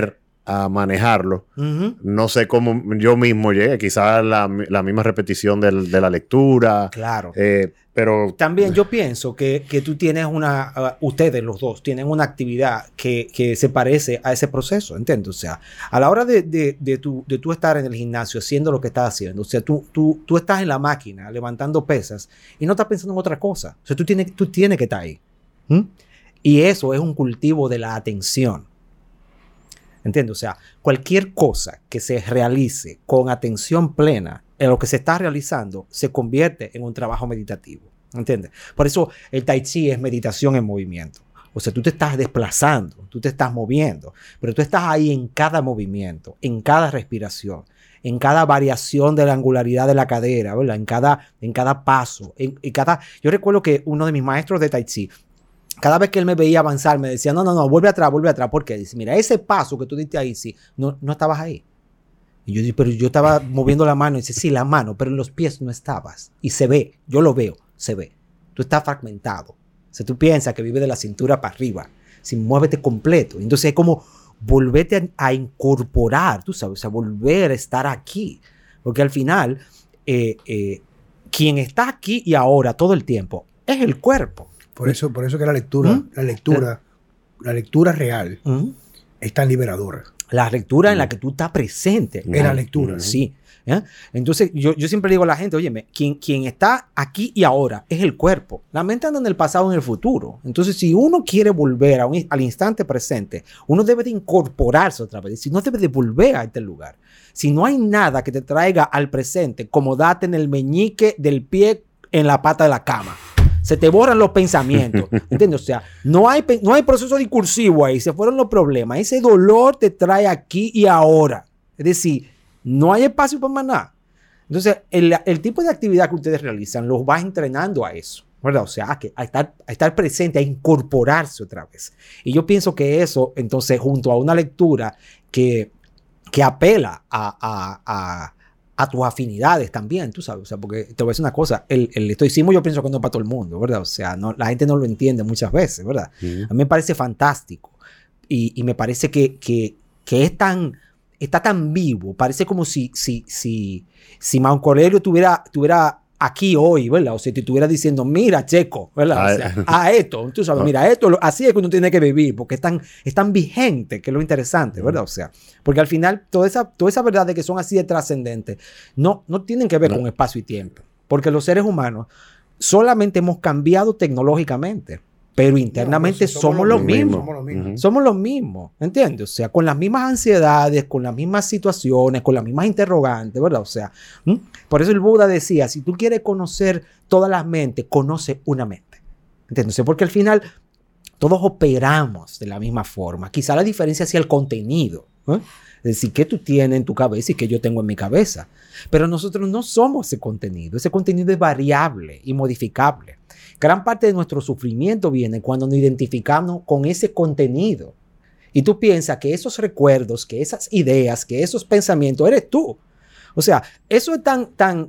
a manejarlo. Uh-huh. No sé cómo yo mismo llegué, quizás la, la misma repetición del, de la lectura. Claro. Eh, pero también yo pienso que, que tú tienes una, uh, ustedes los dos tienen una actividad que, que se parece a ese proceso, ¿entiendes? O sea, a la hora de, de, de, tu, de tú estar en el gimnasio haciendo lo que estás haciendo, o sea, tú, tú, tú estás en la máquina levantando pesas y no estás pensando en otra cosa. O sea, tú tienes, tú tienes que estar ahí. ¿Mm? Y eso es un cultivo de la atención. ¿Entiendes? O sea, cualquier cosa que se realice con atención plena en lo que se está realizando se convierte en un trabajo meditativo. ¿Entiendes? Por eso el Tai Chi es meditación en movimiento. O sea, tú te estás desplazando, tú te estás moviendo, pero tú estás ahí en cada movimiento, en cada respiración, en cada variación de la angularidad de la cadera, ¿verdad? En cada, en cada paso, en, en cada... Yo recuerdo que uno de mis maestros de Tai Chi, cada vez que él me veía avanzar, me decía, no, no, no, vuelve atrás, vuelve atrás. ¿Por qué? Dice, mira, ese paso que tú diste ahí, sí, no, no estabas ahí. Y yo dije, pero yo estaba moviendo la mano. Y dice, sí, la mano, pero en los pies no estabas. Y se ve, yo lo veo, se ve. Tú estás fragmentado. O sea, tú piensas que vive de la cintura para arriba. Si muévete completo. Entonces es como volverte a, a incorporar, tú sabes, o sea, volver a estar aquí. Porque al final, eh, eh, quien está aquí y ahora todo el tiempo es el cuerpo. Por eso, por eso que la lectura, ¿Mm? la lectura, la lectura real ¿Mm? es tan liberadora. La lectura ¿Mm? en la que tú estás presente. En la lectura. Sí. ¿Eh? Entonces, yo, yo siempre digo a la gente, óyeme, quien, quien está aquí y ahora es el cuerpo. La mente anda en el pasado y en el futuro. Entonces, si uno quiere volver a un, al instante presente, uno debe de incorporarse otra vez. Si no, debe de volver a este lugar. Si no hay nada que te traiga al presente, como date en el meñique del pie en la pata de la cama. Se te borran los pensamientos, ¿entiendes? O sea, no hay, no hay proceso discursivo ahí, se fueron los problemas. Ese dolor te trae aquí y ahora. Es decir, no hay espacio para más nada. Entonces, el, el tipo de actividad que ustedes realizan los va entrenando a eso, ¿verdad? O sea, a, que, a, estar, a estar presente, a incorporarse otra vez. Y yo pienso que eso, entonces, junto a una lectura que, que apela a... a, a a tus afinidades también, tú sabes, o sea, porque te voy a decir una cosa, el, el estoicismo yo pienso que no es para todo el mundo, ¿verdad? O sea, no, la gente no lo entiende muchas veces, ¿verdad? Uh-huh. A mí me parece fantástico y, y me parece que, que, que es tan, está tan vivo, parece como si, si, si, si Marco Aurelio tuviera, tuviera aquí hoy, ¿verdad? O sea, te estuviera diciendo, mira, Checo, ¿verdad? O sea, a esto, tú sabes, mira, esto, así es que uno tiene que vivir, porque es tan, es tan vigente, que es lo interesante, ¿verdad? O sea, porque al final, toda esa, toda esa verdad de que son así de trascendentes, no, no tienen que ver no. con espacio y tiempo, porque los seres humanos solamente hemos cambiado tecnológicamente, pero internamente no, somos, somos los mismos. Somos los mismos. Uh-huh. Somos los mismos, ¿entiendes? O sea, con las mismas ansiedades, con las mismas situaciones, con las mismas interrogantes, ¿verdad? O sea, ¿m? Por eso el Buda decía, si tú quieres conocer todas las mentes, conoce una mente. ¿Entiendes? Porque al final todos operamos de la misma forma. Quizá la diferencia sea el contenido, ¿eh? Es decir, qué tú tienes en tu cabeza y qué yo tengo en mi cabeza. Pero nosotros no somos ese contenido. Ese contenido es variable y modificable. Gran parte de nuestro sufrimiento viene cuando nos identificamos con ese contenido. Y tú piensas que esos recuerdos, que esas ideas, que esos pensamientos eres tú. O sea, eso es tan, tan,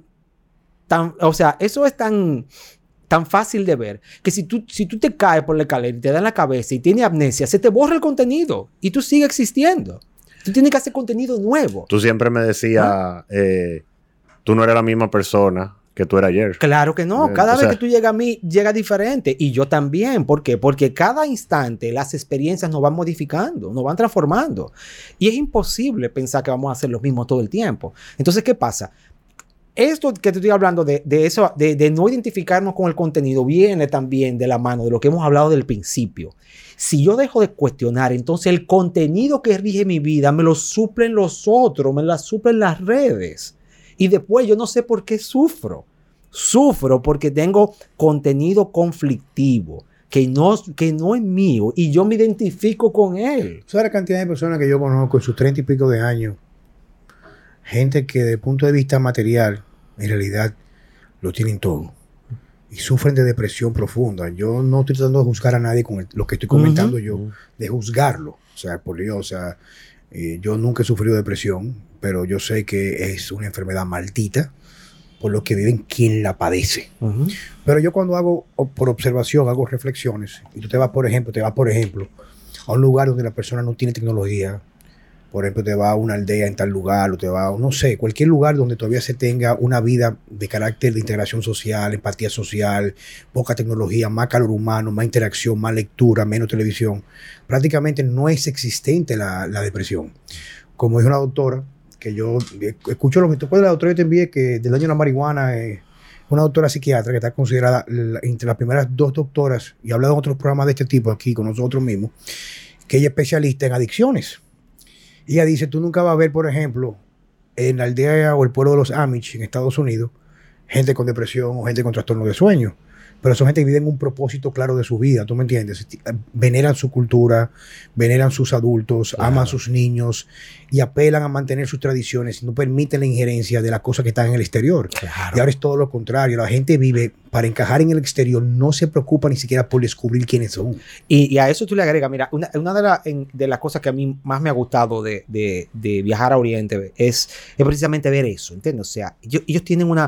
tan, o sea, eso es tan, tan fácil de ver que si tú, si tú te caes por la escalera y te da en la cabeza y tienes amnesia, se te borra el contenido y tú sigues existiendo. Tú tienes que hacer contenido nuevo. Tú siempre me decías, ¿ah? eh, tú no eres la misma persona que tú eras ayer. Claro que no. Cada eh, vez sea, que tú llegas a mí, llega diferente. Y yo también. ¿Por qué? Porque cada instante las experiencias nos van modificando, nos van transformando. Y es imposible pensar que vamos a hacer lo mismo todo el tiempo. Entonces, ¿qué pasa? Esto que te estoy hablando de, de eso, de, de no identificarnos con el contenido, viene también de la mano de lo que hemos hablado del principio. Si yo dejo de cuestionar, entonces el contenido que rige mi vida me lo suplen los otros, me lo suplen las redes. Y después yo no sé por qué sufro. Sufro porque tengo contenido conflictivo que no, que no es mío y yo me identifico con él. ¿Sabes la cantidad de personas que yo conozco en sus treinta y pico de años? Gente que desde el punto de vista material, en realidad, lo tienen todo. Y sufren de depresión profunda. Yo no estoy tratando de juzgar a nadie con el, lo que estoy comentando uh-huh. yo, de juzgarlo. O sea, por Dios, o sea, eh, yo nunca he sufrido depresión, pero yo sé que es una enfermedad maldita por lo que viven quien la padece. Uh-huh. Pero yo cuando hago, por observación, hago reflexiones, y tú te vas, por ejemplo, te vas, por ejemplo, a un lugar donde la persona no tiene tecnología, Por ejemplo, te va a una aldea en tal lugar, o te va a, no sé, cualquier lugar donde todavía se tenga una vida de carácter de integración social, empatía social, poca tecnología, más calor humano, más interacción, más lectura, menos televisión. Prácticamente no es existente la, la depresión. Como dijo una doctora, que yo escucho lo que te puede la doctora que te envié, que del daño de la marihuana, eh, una doctora psiquiatra que está considerada la, entre las primeras dos doctoras, y ha hablado en otros programas de este tipo aquí con nosotros mismos, que ella es especialista en adicciones. Y ella dice, tú nunca vas a ver, por ejemplo, en la aldea o el pueblo de los Amish en Estados Unidos, gente con depresión o gente con trastorno de sueño. Pero son gente que vive en un propósito claro de su vida, ¿tú me entiendes? Veneran su cultura, veneran sus adultos, claro. Aman a sus niños y apelan a mantener sus tradiciones y no permiten la injerencia de las cosas que están en el exterior. Claro. Y ahora es todo lo contrario. La gente vive para encajar en el exterior, no se preocupa ni siquiera por descubrir quiénes son. Y, y a eso tú le agregas, mira, una, una de, la, en, de las cosas que a mí más me ha gustado de, de, de viajar a Oriente es, es precisamente ver eso, ¿entiendes? O sea, ellos, ellos tienen una...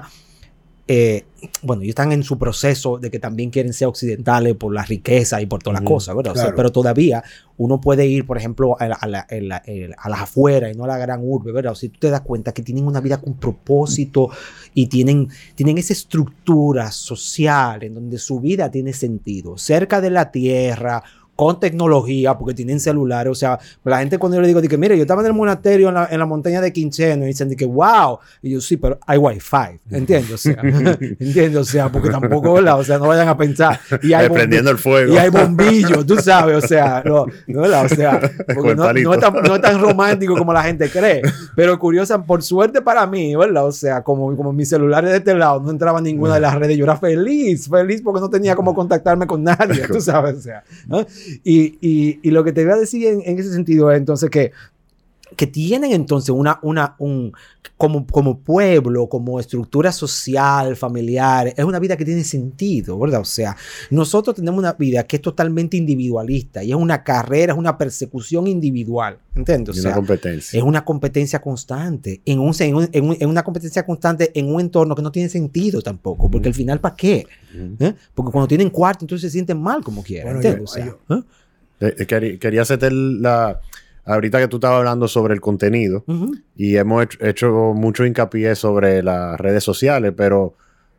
Eh, bueno, ellos están en su proceso de que también quieren ser occidentales por la riqueza y por todas las mm, cosas, ¿verdad? Claro. O sea, pero todavía uno puede ir, por ejemplo, a, la, a, la, a, la, a las afueras y no a la gran urbe, ¿verdad? O sea, si tú te das cuenta que tienen una vida con propósito y tienen, tienen esa estructura social en donde su vida tiene sentido, cerca de la tierra, con tecnología, porque tienen celulares. O sea, la gente cuando yo le digo, de que mire, yo estaba en el monasterio en la, en la montaña de Quincheno, y dicen de que wow, y yo sí, pero hay wifi, ¿entiendes? O sea, ¿entiendes? O sea, porque tampoco, ¿verdad? O sea, no vayan a pensar. Y hay prendiendo el fuego. Y hay bombillos, tú sabes, o sea, no, no, ¿verdad? O sea, porque no, no, es tan, no es tan romántico como la gente cree, pero curiosa, por suerte para mí, ¿verdad? O sea, como, como mis celulares de este lado no entraba en ninguna de las redes, yo era feliz, feliz porque no tenía cómo contactarme con nadie, tú sabes, o sea, ¿no? Y, y, y lo que te voy a decir en, en ese sentido es entonces que, que tienen entonces una, una, un, como, como pueblo, como estructura social, familiar, es una vida que tiene sentido, ¿verdad? O sea, nosotros tenemos una vida que es totalmente individualista y es una carrera, es una persecución individual, ¿entiendes? O sea, una competencia. Es una competencia constante, en, un, en, un, en, un, en una competencia constante en un entorno que no tiene sentido tampoco, porque al final, ¿para qué? ¿Eh? Porque cuando tienen cuarto, entonces se sienten mal como quieran, bueno, ¿entiendes? Yo, o sea, ¿eh? eh, quería, quería hacerte la... Ahorita que tú estabas hablando sobre el contenido, uh-huh. y hemos hecho, hecho mucho hincapié sobre las redes sociales, pero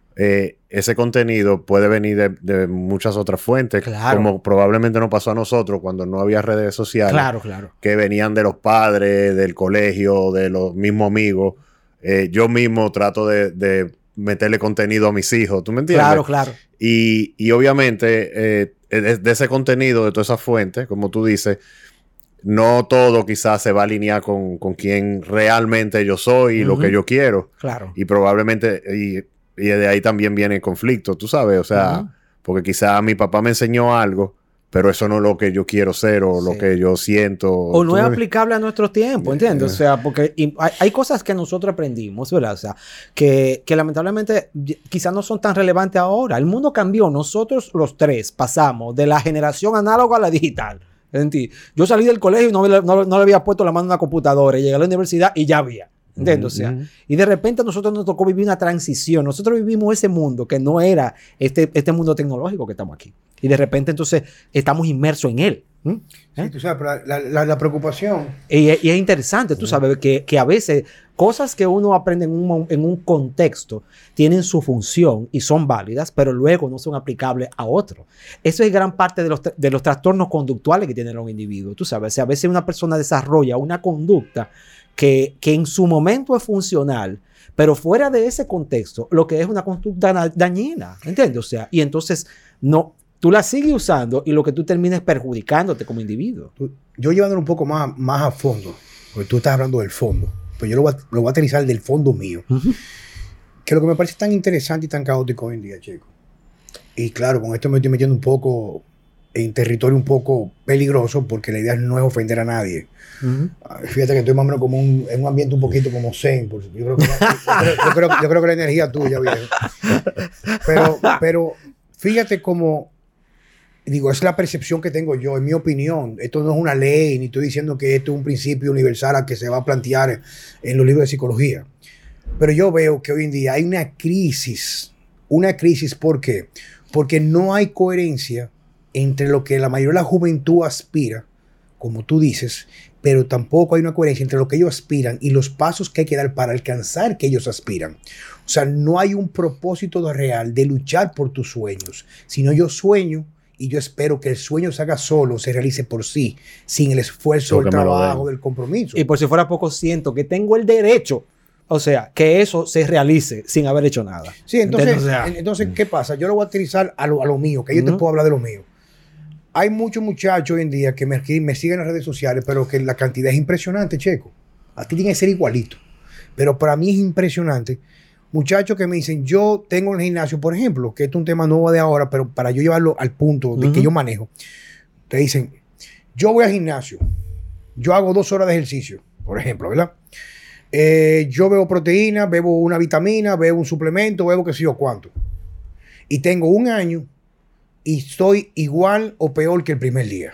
eh, ese contenido puede venir de, de muchas otras fuentes, claro. Como probablemente nos pasó a nosotros cuando no había redes sociales, claro, claro. Que venían de los padres, del colegio, de los mismos amigos. Eh, yo mismo trato de, de meterle contenido a mis hijos, ¿tú me entiendes? Claro, claro. Y, y obviamente eh, de, de ese contenido, de todas esas fuentes, como tú dices, no todo quizás se va a alinear con, con quien realmente yo soy y uh-huh. lo que yo quiero. Claro. Y probablemente, y, y de ahí también viene el conflicto, tú sabes, o sea, uh-huh. porque quizás mi papá me enseñó algo, pero eso no es lo que yo quiero ser o sí. lo que yo siento. O no es me... aplicable a nuestros tiempos, ¿entiendes? Uh-huh. O sea, porque hay, hay cosas que nosotros aprendimos, ¿verdad? O sea, que, que lamentablemente quizás no son tan relevantes ahora. El mundo cambió. Nosotros los tres pasamos de la generación análoga a la digital. Yo salí del colegio y no, no, no le había puesto la mano a una computadora. Llegué a la universidad y ya había. ¿Entiendes? Uh-huh. O sea, y de repente a nosotros nos tocó vivir una transición. Nosotros vivimos ese mundo que no era este, este mundo tecnológico que estamos aquí. Y de repente entonces estamos inmersos en él. ¿Mm? ¿Eh? Sí, tú sabes, pero la, la, la preocupación. Y, y es interesante, tú sabes, que, que a veces cosas que uno aprende en un, en un contexto tienen su función y son válidas, pero luego no son aplicables a otro. Eso es gran parte de los, de los trastornos conductuales que tienen los individuos. Tú sabes, o sea, a veces una persona desarrolla una conducta que, que en su momento es funcional, pero fuera de ese contexto, lo que es una conducta dañina, ¿entiendes? O sea, y entonces no... Tú la sigues usando y lo que tú terminas perjudicándote como individuo. Yo llevándolo un poco más, más a fondo, porque tú estás hablando del fondo, pero yo lo voy a, lo voy a aterrizar del fondo mío. Uh-huh. Que lo que me parece tan interesante y tan caótico hoy en día, chico. Y claro, con esto me estoy metiendo un poco en territorio un poco peligroso, porque la idea no es ofender a nadie. Uh-huh. Fíjate que estoy más o menos como un, en un ambiente un poquito como zen. Por, yo, creo que, yo, creo, yo, creo, yo creo que la energía tuya, viejo. Pero, pero fíjate cómo... Digo, es la percepción que tengo yo, en mi opinión. Esto no es una ley, ni estoy diciendo que esto es un principio universal al que se va a plantear en los libros de psicología. Pero yo veo que hoy en día hay una crisis. Una crisis, ¿por qué? Porque no hay coherencia entre lo que la mayoría de la juventud aspira, como tú dices, pero tampoco hay una coherencia entre lo que ellos aspiran y los pasos que hay que dar para alcanzar que ellos aspiran. O sea, no hay un propósito real de luchar por tus sueños, sino yo sueño y yo espero que el sueño se haga solo, se realice por sí, sin el esfuerzo, el trabajo, del compromiso. Y por si fuera poco, siento que tengo el derecho, o sea, que eso se realice sin haber hecho nada. Sí, entonces, o sea, entonces ¿qué pasa? Yo lo voy a utilizar a lo, a lo mío, que yo uh-huh. te puedo hablar de lo mío. Hay muchos muchachos hoy en día que me, me siguen en las redes sociales, pero que la cantidad es impresionante, Checo. A ti tiene que ser igualito. Pero para mí es impresionante. Muchachos que me dicen, yo tengo el gimnasio, por ejemplo, que esto es un tema nuevo de ahora, pero para yo llevarlo al punto de uh-huh. que yo manejo. Te dicen, yo voy al gimnasio, yo hago dos horas de ejercicio, por ejemplo, ¿verdad? Eh, yo bebo proteína, bebo una vitamina, bebo un suplemento, bebo qué sé yo cuánto. Y tengo un año y estoy igual o peor que el primer día.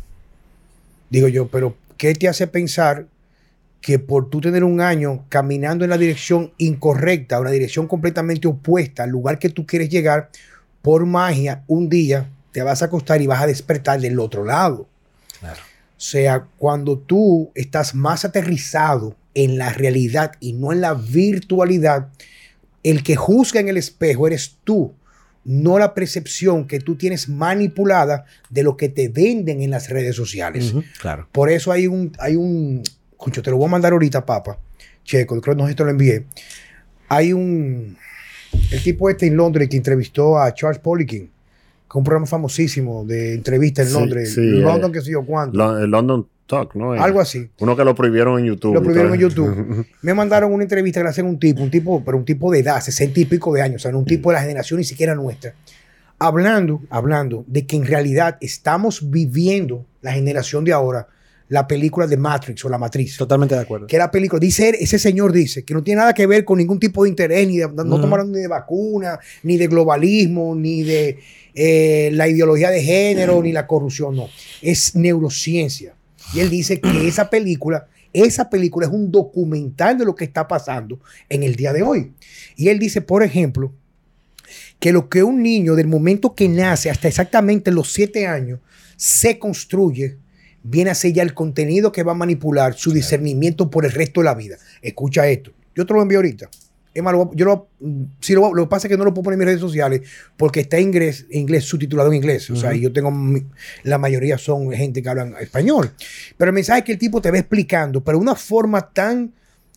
Digo yo, pero ¿qué te hace pensar que por tú tener un año caminando en la dirección incorrecta, una dirección completamente opuesta al lugar que tú quieres llegar, por magia, un día te vas a acostar y vas a despertar del otro lado? Claro. O sea, cuando tú estás más aterrizado en la realidad y no en la virtualidad, el que juzga en el espejo eres tú, no la percepción que tú tienes manipulada de lo que te venden en las redes sociales. Uh-huh, claro. Por eso hay un, hay un, escucho, te lo voy a mandar ahorita, papá, Checo, creo que no sé si te lo envié. Hay un, el tipo este en Londres que entrevistó a Charles Poliquin, que es un programa famosísimo de entrevista en sí, Londres, sí, London, eh, que sé yo cuánto. Lo, London Talk, ¿no? Algo así. Uno que lo prohibieron en YouTube. Lo prohibieron en YouTube. Me mandaron una entrevista que le hacen un tipo, un tipo, pero un tipo de edad, sesenta y pico de años, o sea, no un tipo de la generación ni siquiera nuestra, hablando, hablando de que en realidad estamos viviendo la generación de ahora, la película de Matrix o La Matriz. Totalmente de acuerdo. Que la película, dice, ese señor dice que no tiene nada que ver con ningún tipo de interés, ni de, no uh-huh. tomaron ni de vacuna, ni de globalismo, ni de eh, la ideología de género, uh-huh. ni la corrupción, no. Es neurociencia. Y él dice que esa película, esa película es un documental de lo que está pasando en el día de hoy. Y él dice, por ejemplo, que lo que un niño del momento que nace hasta exactamente los siete años se construye, viene a ser ya el contenido que va a manipular su discernimiento por el resto de la vida. Escucha esto. Yo te lo envío ahorita. Es más, lo, yo lo, si lo, lo que pasa es que no lo puedo poner en mis redes sociales porque está en inglés, inglés subtitulado en inglés. Uh-huh. O sea, yo tengo, la mayoría son gente que hablan español. Pero el mensaje es que el tipo te va explicando, pero de una forma tan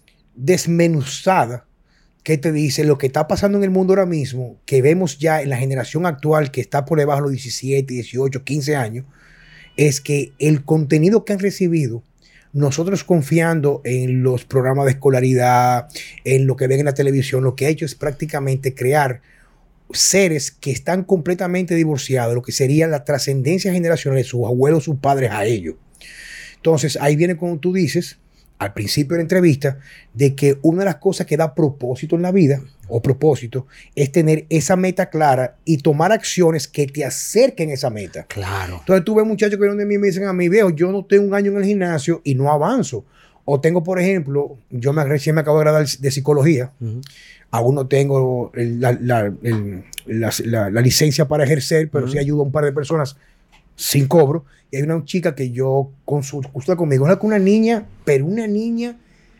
desmenuzada que te dice lo que está pasando en el mundo ahora mismo, que vemos ya en la generación actual que está por debajo de los diecisiete, dieciocho, quince años, es que el contenido que han recibido, nosotros confiando en los programas de escolaridad, en lo que ven en la televisión, lo que ha hecho es prácticamente crear seres que están completamente divorciados de lo que sería la trascendencia generacional de sus abuelos, sus padres a ellos. Entonces, ahí viene cuando tú dices, al principio de la entrevista, de que una de las cosas que da propósito en la vida, o propósito, es tener esa meta clara y tomar acciones que te acerquen a esa meta. Claro. Entonces tú ves muchachos que vienen de mí y me dicen a mí, viejo, yo no tengo un año en el gimnasio y no avanzo. O tengo, por ejemplo, yo me, recién me acabo de graduar de psicología, uh-huh. aún no tengo el, la, la, el, la, la, la licencia para ejercer, pero uh-huh. sí ayudo a un par de personas sin cobro. Y hay una chica que yo consulto conmigo, es una niña, pero una niña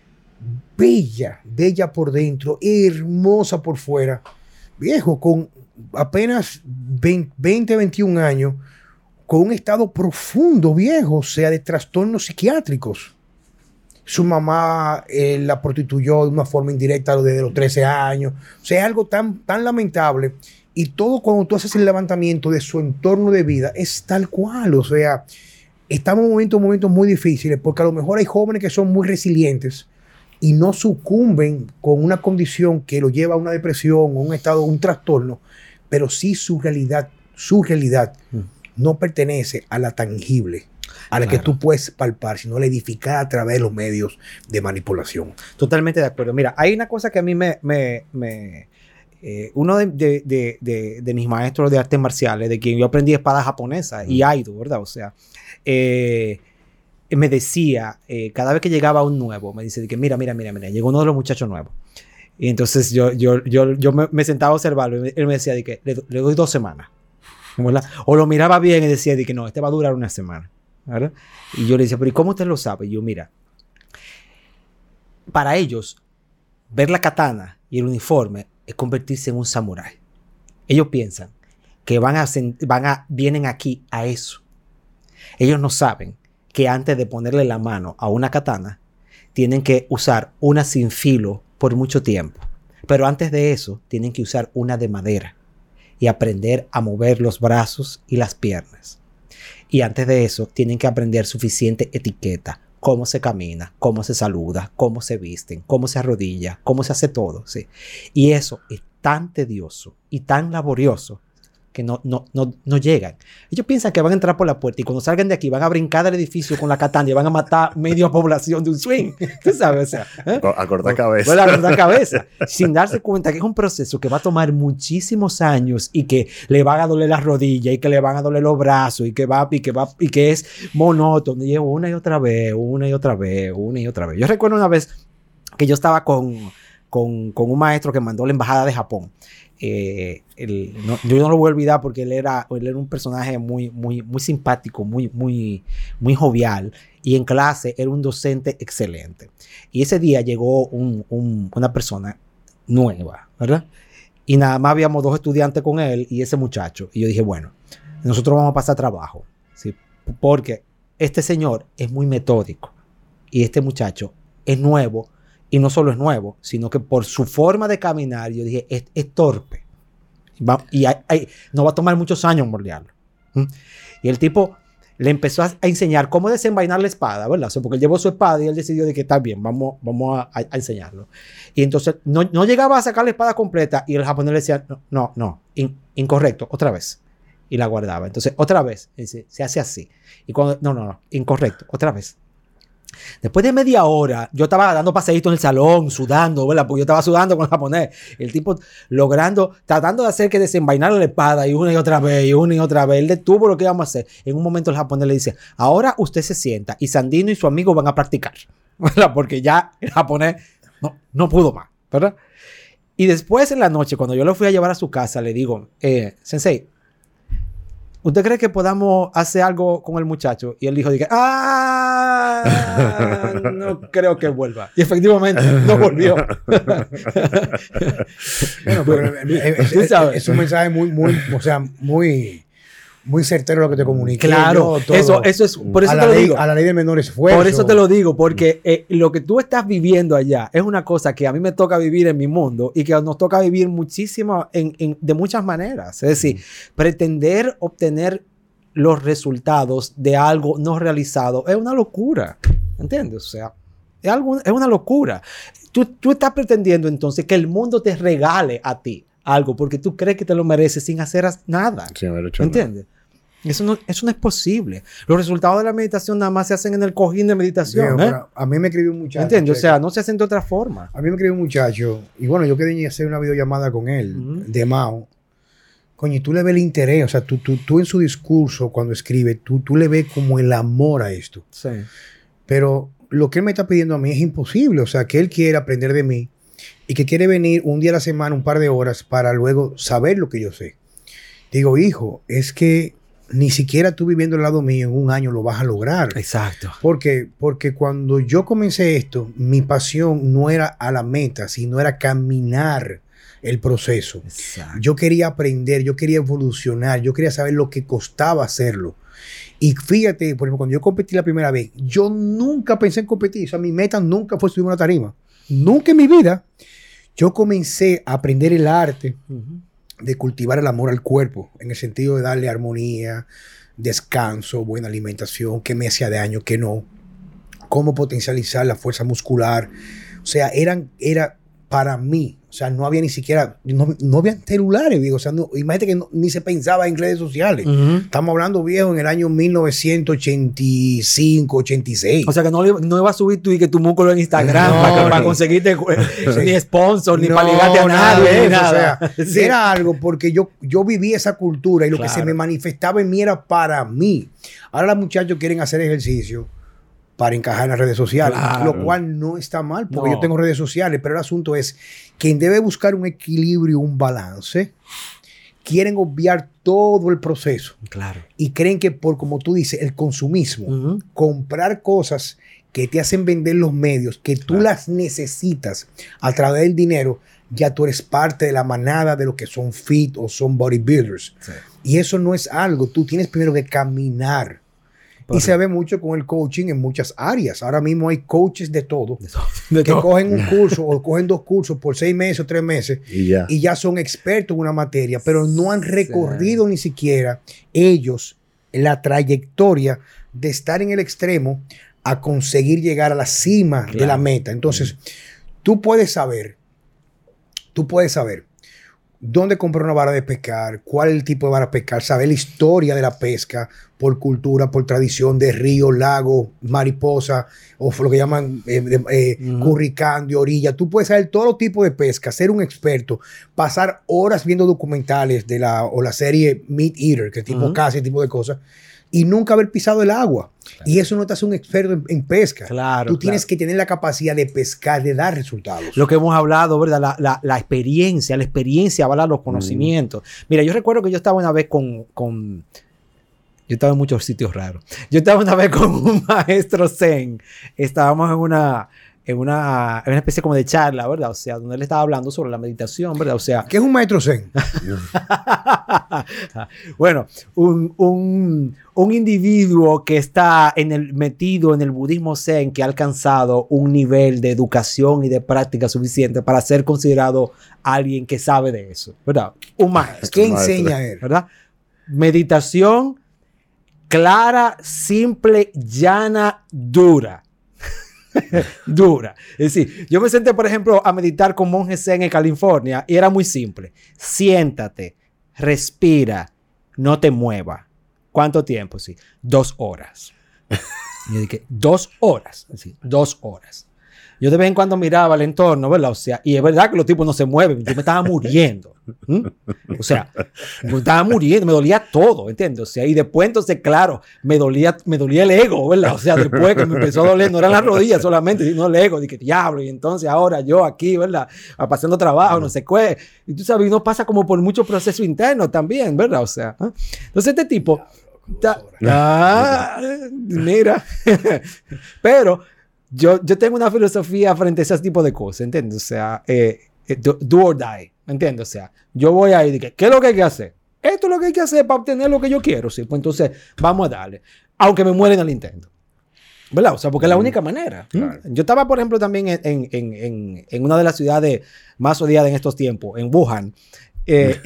bella, bella por dentro, hermosa por fuera, viejo, con apenas veinte, veintiún años, con un estado profundo, viejo, o sea, de trastornos psiquiátricos. Su mamá eh, la prostituyó de una forma indirecta desde los trece años, o sea, es algo tan, tan lamentable. Y todo cuando tú haces el levantamiento de su entorno de vida es tal cual, o sea, estamos en momentos, momentos muy difíciles porque a lo mejor hay jóvenes que son muy resilientes y no sucumben con una condición que lo lleva a una depresión o un estado, un trastorno, pero sí su realidad, su realidad mm. no pertenece a la tangible, a la claro. que tú puedes palpar, sino a la edificada a través de los medios de manipulación. Totalmente de acuerdo. Mira, hay una cosa que a mí me... me, me eh, uno de, de, de, de, de mis maestros de artes marciales, de quien yo aprendí espada japonesa mm. y aido, ¿verdad? O sea, eh, me decía, eh, cada vez que llegaba un nuevo, me dice que mira, mira, mira, mira, llegó uno de los muchachos nuevos. Y entonces yo, yo, yo, yo me, me sentaba a observarlo y él me decía de que le, le doy dos semanas. ¿Verdad? O lo miraba bien y decía de que no, este va a durar una semana. ¿verdad? Y yo le decía, pero ¿y cómo usted lo sabe? Y yo, mira, para ellos, ver la katana y el uniforme es convertirse en un samurái. Ellos piensan que van a, van a, vienen aquí a eso. Ellos no saben que antes de ponerle la mano a una katana, tienen que usar una sin filo por mucho tiempo. Pero antes de eso, tienen que usar una de madera y aprender a mover los brazos y las piernas. Y antes de eso, tienen que aprender suficiente etiqueta. Cómo se camina, cómo se saluda, cómo se visten, cómo se arrodilla, cómo se hace todo. ¿Sí? Y eso es tan tedioso y tan laborioso que no, no, no, no llegan. Ellos piensan que van a entrar por la puerta y cuando salgan de aquí van a brincar del edificio con la katana y van a matar media población de un swing. ¿Tú sabes? O sea, ¿eh? A cortar cabeza. Bueno, a cortar cabeza. Sin darse cuenta que es un proceso que va a tomar muchísimos años y que le van a doler las rodillas y que le van a doler los brazos y que, va, y que, va, y que es monótono. Y una y otra vez, una y otra vez, una y otra vez. Yo recuerdo una vez que yo estaba con, con, con un maestro que mandó la embajada de Japón. Eh, el, no, yo no lo voy a olvidar porque él era, él era un personaje muy, muy, muy simpático, muy, muy, muy jovial, y en clase era un docente excelente. Y ese día llegó un, un, una persona nueva, ¿verdad? Y nada más habíamos dos estudiantes con él y ese muchacho. Y yo dije, bueno, nosotros vamos a pasar trabajo, ¿sí? Porque este señor es muy metódico y este muchacho es nuevo. Y no solo es nuevo, sino que por su forma de caminar, yo dije, es, es torpe. Va, y hay, hay, no va a tomar muchos años moldearlo. ¿Mm? Y el tipo le empezó a, a enseñar cómo desenvainar la espada, ¿verdad? O sea, porque él llevó su espada y él decidió de que está bien, vamos, vamos a, a, a enseñarlo. Y entonces no, no llegaba a sacar la espada completa y el japonés le decía, no, no, no in, incorrecto, otra vez. Y la guardaba. Entonces, otra vez, dice, se hace así. Y cuando, no, no, no, incorrecto, otra vez. Después de media hora, yo estaba dando paseitos en el salón, sudando, ¿verdad? Porque yo estaba sudando con el japonés. El tipo logrando, tratando de hacer que desenvainara la espada y una y otra vez, y una y otra vez. Él detuvo lo que íbamos a hacer. En un momento el japonés le dice, ahora usted se sienta y Sandino y su amigo van a practicar, ¿verdad? Porque ya el japonés no, no pudo más, ¿verdad? Y después en la noche, cuando yo lo fui a llevar a su casa, le digo, eh, Sensei, ¿usted cree que podamos hacer algo con el muchacho? Y él dijo, dije, ¡ah! No creo que vuelva. Y efectivamente, no volvió. Bueno, pero es, es, es un mensaje muy, muy, o sea, muy, muy certero lo que te comuniqué. Claro, yo, eso, eso es, por eso a te la lo ley, digo. A la ley de menor esfuerzo. Por eso te lo digo, porque eh, lo que tú estás viviendo allá es una cosa que a mí me toca vivir en mi mundo y que nos toca vivir muchísimo en, en, de muchas maneras. Es decir, mm. pretender obtener los resultados de algo no realizado es una locura, ¿entiendes? O sea, es, algo, es una locura. Tú, tú estás pretendiendo entonces que el mundo te regale a ti algo porque tú crees que te lo mereces sin hacer nada, sin haber hecho ¿entiendes? Nada. Eso no, eso no es posible. Los resultados de la meditación nada más se hacen en el cojín de meditación. Bien, ¿eh? A mí me escribió un muchacho. ¿Entiendes? O sea, no se hacen de otra forma. A mí me escribió un muchacho y bueno, yo quería hacer una videollamada con él, uh-huh. de Mao. Coño, y tú le ves el interés, o sea, tú, tú, tú en su discurso, cuando escribe, tú, tú le ves como el amor a esto. Sí. Pero lo que él me está pidiendo a mí es imposible, o sea, que él quiere aprender de mí y que quiere venir un día a la semana, un par de horas, para luego saber lo que yo sé. Digo, hijo, es que ni siquiera tú viviendo al lado mío en un año lo vas a lograr. Exacto. ¿Por qué? Porque cuando yo comencé esto, mi pasión no era a la meta, sino era caminar el proceso. Exacto. Yo quería aprender, yo quería evolucionar, yo quería saber lo que costaba hacerlo. Y fíjate, por ejemplo, cuando yo competí la primera vez, yo nunca pensé en competir. O sea, mi meta nunca fue subir una tarima. Nunca en mi vida. Yo comencé a aprender el arte uh-huh. de cultivar el amor al cuerpo, en el sentido de darle armonía, descanso, buena alimentación, qué me hacía daño, qué no, cómo potencializar la fuerza muscular. O sea, eran, era para mí. O sea, no había ni siquiera, no, no había celulares, digo. O sea, no, imagínate que no, ni se pensaba en redes sociales. Uh-huh. Estamos hablando, viejo, en el año mil novecientos ochenta y cinco, ochenta y seis. O sea, que no, no iba a subir tú y que tu músculo en Instagram no, para, para conseguirte sí. ni sponsor, ni no, para ligarte a nadie. Nada. O sea, sí. Era algo porque yo, yo viví esa cultura y lo claro. que se me manifestaba en mí era para mí. Ahora los muchachos quieren hacer ejercicio para encajar en las redes sociales, claro. lo cual no está mal, porque no. yo tengo redes sociales, pero el asunto es quien debe buscar un equilibrio, un balance, quieren obviar todo el proceso. Claro. Y creen que por, como tú dices, el consumismo, uh-huh. comprar cosas que te hacen vender los medios, que tú claro. las necesitas a través del dinero, ya tú eres parte de la manada de lo que son fit o son bodybuilders. Sí. Y eso no es algo. Tú tienes primero que caminar. Por y se ve mucho con el coaching en muchas áreas. Ahora mismo hay coaches de todo, de todo. De que todo. cogen un curso o cogen dos cursos por seis meses o tres meses y ya, y ya son expertos en una materia, pero no han recorrido sí. ni siquiera ellos la trayectoria de estar en el extremo a conseguir llegar a la cima claro. de la meta. Entonces, mm. tú puedes saber, tú puedes saber dónde comprar una vara de pescar, cuál es el tipo de vara de pescar, saber la historia de la pesca por cultura, por tradición de río, lago, mariposa, o lo que llaman eh, eh, uh-huh. curricán de orilla. Tú puedes saber todo tipo de pesca, ser un experto, pasar horas viendo documentales de la, o la serie Meat Eater, que es tipo uh-huh. caza, ese tipo de cosas, y nunca haber pisado el agua. Claro. Y eso no te hace un experto en, en pesca. Claro, Tú tienes claro. que tener la capacidad de pescar, de dar resultados. Lo que hemos hablado, ¿verdad? La, la, la experiencia, la experiencia avala los conocimientos. Mm. Mira, yo recuerdo que yo estaba una vez con, con... Yo estaba en muchos sitios raros. Yo estaba una vez con un maestro zen. Estábamos en una... En una, en una especie como de charla, ¿verdad? O sea, donde él estaba hablando sobre la meditación, ¿verdad? O sea... ¿Qué es un maestro zen? Bueno, un, un, un individuo que está en el, metido en el budismo zen, que ha alcanzado un nivel de educación y de práctica suficiente para ser considerado alguien que sabe de eso, ¿verdad? Un maestro. ¿Qué enseña él? ¿Verdad? Meditación clara, simple, llana, dura. Dura. Es decir, yo me senté, por ejemplo, a meditar con monjes zen en California y era muy simple. Siéntate, respira, no te muevas. ¿Cuánto tiempo? Sí, dos horas. Y yo dije, dos horas. Sí, dos horas. Yo de vez en cuando miraba el entorno, ¿verdad? O sea, y es verdad que los tipos no se mueven. Yo me estaba muriendo. ¿Mm? O sea, me estaba muriendo, me dolía todo, ¿entiendes? O sea, y después entonces, claro, me dolía, me dolía el ego, ¿verdad? O sea, después que me empezó a doler, no eran las rodillas solamente, sino el ego. Dije, diablo, y entonces ahora yo aquí, ¿verdad? Pasando trabajo, no sé qué. Y tú sabes, uno pasa como por mucho proceso interno también, ¿verdad? O sea, ¿eh? Entonces este tipo... Ta, ah, mira. Pero... Yo, yo tengo una filosofía frente a ese tipo de cosas, ¿entiendes? O sea, eh, do, do or die, ¿entiendes? O sea, yo voy ahí y digo, ¿qué es lo que hay que hacer? Esto es lo que hay que hacer para obtener lo que yo quiero, ¿sí? Pues entonces, vamos a darle. Aunque me mueren al intento. ¿Verdad? O sea, porque es la única manera. Claro. Yo estaba, por ejemplo, también en, en, en, en una de las ciudades más odiadas en estos tiempos, en Wuhan. Eh,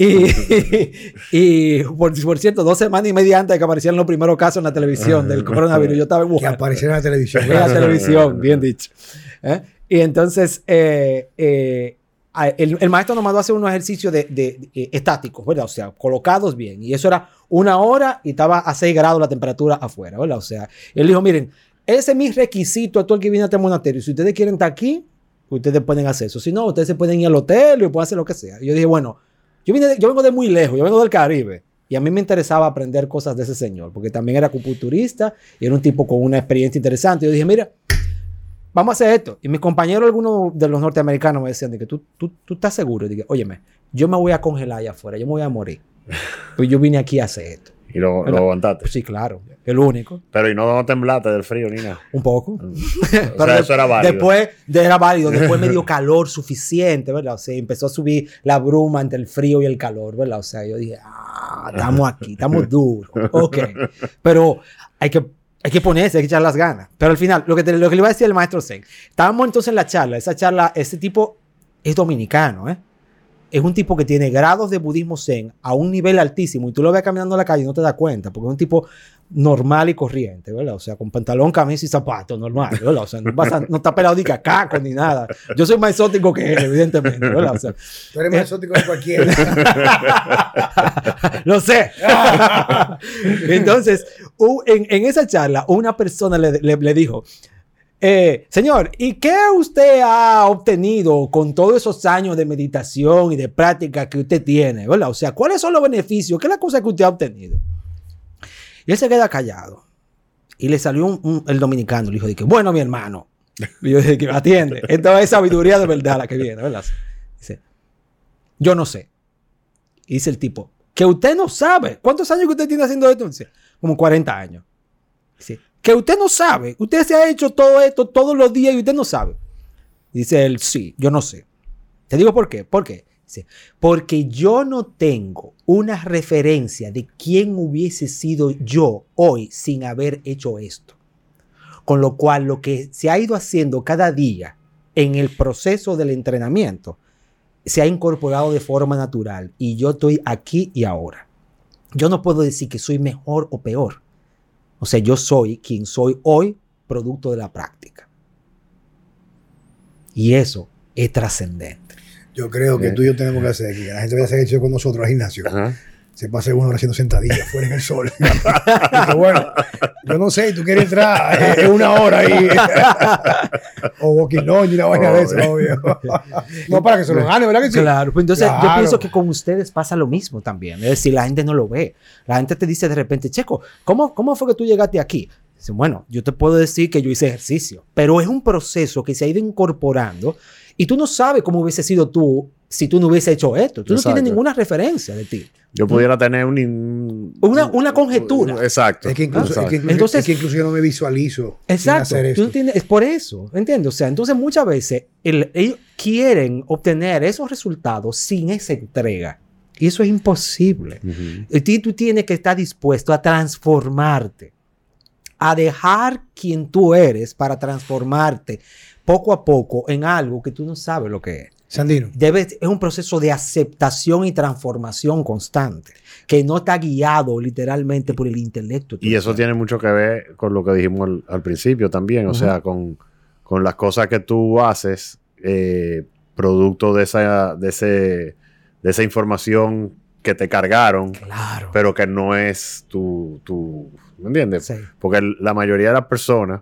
y, y, y por, por cierto, dos semanas y media antes de que aparecieran los primeros casos en la televisión del coronavirus, yo estaba en Wuhan. Que aparecieron en la televisión. En la televisión, bien dicho. ¿Eh? Y entonces, eh, eh, el, el maestro nos mandó a hacer unos ejercicios de, de, de, de, estáticos, ¿verdad? O sea, colocados bien. Y eso era una hora y estaba a seis grados la temperatura afuera, ¿verdad? O sea, él dijo, miren, ese es mi requisito a todo el que viene a este monasterio. Si ustedes quieren estar aquí, ustedes pueden hacer eso. Si no, ustedes se pueden ir al hotel y pueden hacer lo que sea. Y yo dije, bueno, Yo, vine de, yo vengo de muy lejos, yo vengo del Caribe y a mí me interesaba aprender cosas de ese señor porque también era acupunturista y era un tipo con una experiencia interesante. Yo dije, mira, vamos a hacer esto. Y mis compañeros, algunos de los norteamericanos me decían de que tú, tú, tú estás seguro. Y dije, óyeme, yo me voy a congelar allá afuera, yo me voy a morir. Pues yo vine aquí a hacer esto. ¿Y lo, lo aguantaste? Pues sí, claro, el único. Pero ¿y no, no temblaste del frío ni nada? Un poco. O sea, de, eso era válido. Después de, era válido, después me dio calor suficiente, ¿verdad? O sea, empezó a subir la bruma entre el frío y el calor, ¿verdad? O sea, yo dije, ah, estamos aquí, estamos duros. Ok. Pero hay que, hay que ponerse, hay que echar las ganas. Pero al final, lo que, te, lo que le iba a decir el maestro Zen, estábamos entonces en la charla, esa charla, ese tipo es dominicano, ¿eh? Es un tipo que tiene grados de budismo zen a un nivel altísimo y tú lo ves caminando en la calle y no te das cuenta porque es un tipo normal y corriente, ¿verdad? O sea, con pantalón, camisa y zapatos, normal, ¿verdad? O sea, no, vas a, no está pelado de cacaco ni nada. Yo soy más exótico que él, evidentemente, ¿verdad? O sea, tú eres más eh, exótico que cualquiera. Lo sé. Entonces, uh, en, en esa charla, una persona le, le, le dijo, Eh, señor, ¿y qué usted ha obtenido con todos esos años de meditación y de práctica que usted tiene? ¿Verdad? O sea, ¿cuáles son los beneficios? ¿Qué es la cosa que usted ha obtenido? Y él se queda callado. Y le salió un, un, el dominicano. Le dijo, que, bueno, mi hermano. Y yo dije, que atiende. Esta es sabiduría de verdad la que viene, ¿verdad? Dice, yo no sé. Y dice el tipo, que usted no sabe. ¿Cuántos años que usted tiene haciendo esto? Dice, como cuarenta años. Dice, que usted no sabe. Usted se ha hecho todo esto todos los días y usted no sabe. Dice él, sí, yo no sé. Te digo por qué. ¿Por qué? Dice, porque yo no tengo una referencia de quién hubiese sido yo hoy sin haber hecho esto. Con lo cual, lo que se ha ido haciendo cada día en el proceso del entrenamiento se ha incorporado de forma natural. Y yo estoy aquí y ahora. Yo no puedo decir que soy mejor o peor. O sea, yo soy quien soy hoy, producto de la práctica. Y eso es trascendente. Yo creo que tú y yo tenemos que hacer que la gente vaya a hacer ejercicio con nosotros al gimnasio. Ajá. Se pase una hora haciendo sentadillas fuera en el sol. Dice, bueno, yo no sé, tú quieres entrar en una hora ahí. O walking long y una vaina de eso, obvio. No para que se lo gane, ¿verdad que sí? Claro, pues entonces claro. Yo pienso que con ustedes pasa lo mismo también. Es decir, la gente no lo ve. La gente te dice de repente, Checo, ¿cómo, cómo fue que tú llegaste aquí? Dice, bueno, yo te puedo decir que yo hice ejercicio, pero es un proceso que se ha ido incorporando y tú no sabes cómo hubiese sido tú si tú no hubieses hecho esto. Tú Exacto. no tienes ninguna referencia de ti. Yo pudiera ¿Mm? tener un, una, una conjetura. Exacto. Es que incluso, exacto. Es que incluso, entonces, es que incluso yo no me visualizo exacto, sin hacer esto. Tú no tienes, es por eso, ¿entiendes? O sea, entonces muchas veces el, ellos quieren obtener esos resultados sin esa entrega. Y eso es imposible. Uh-huh. Y tú tienes que estar dispuesto a transformarte, a dejar quien tú eres para transformarte poco a poco en algo que tú no sabes lo que es. Sandino. Debe, es un proceso de aceptación y transformación constante, que no está guiado literalmente por el intelecto. Y eso tiene mucho que ver con lo que dijimos al, al principio también, uh-huh. o sea, con, con las cosas que tú haces, eh, producto de esa, de, ese, de esa información que te cargaron, claro. pero que no es tu... tu ¿me entiendes? Sí. Porque la mayoría de las personas,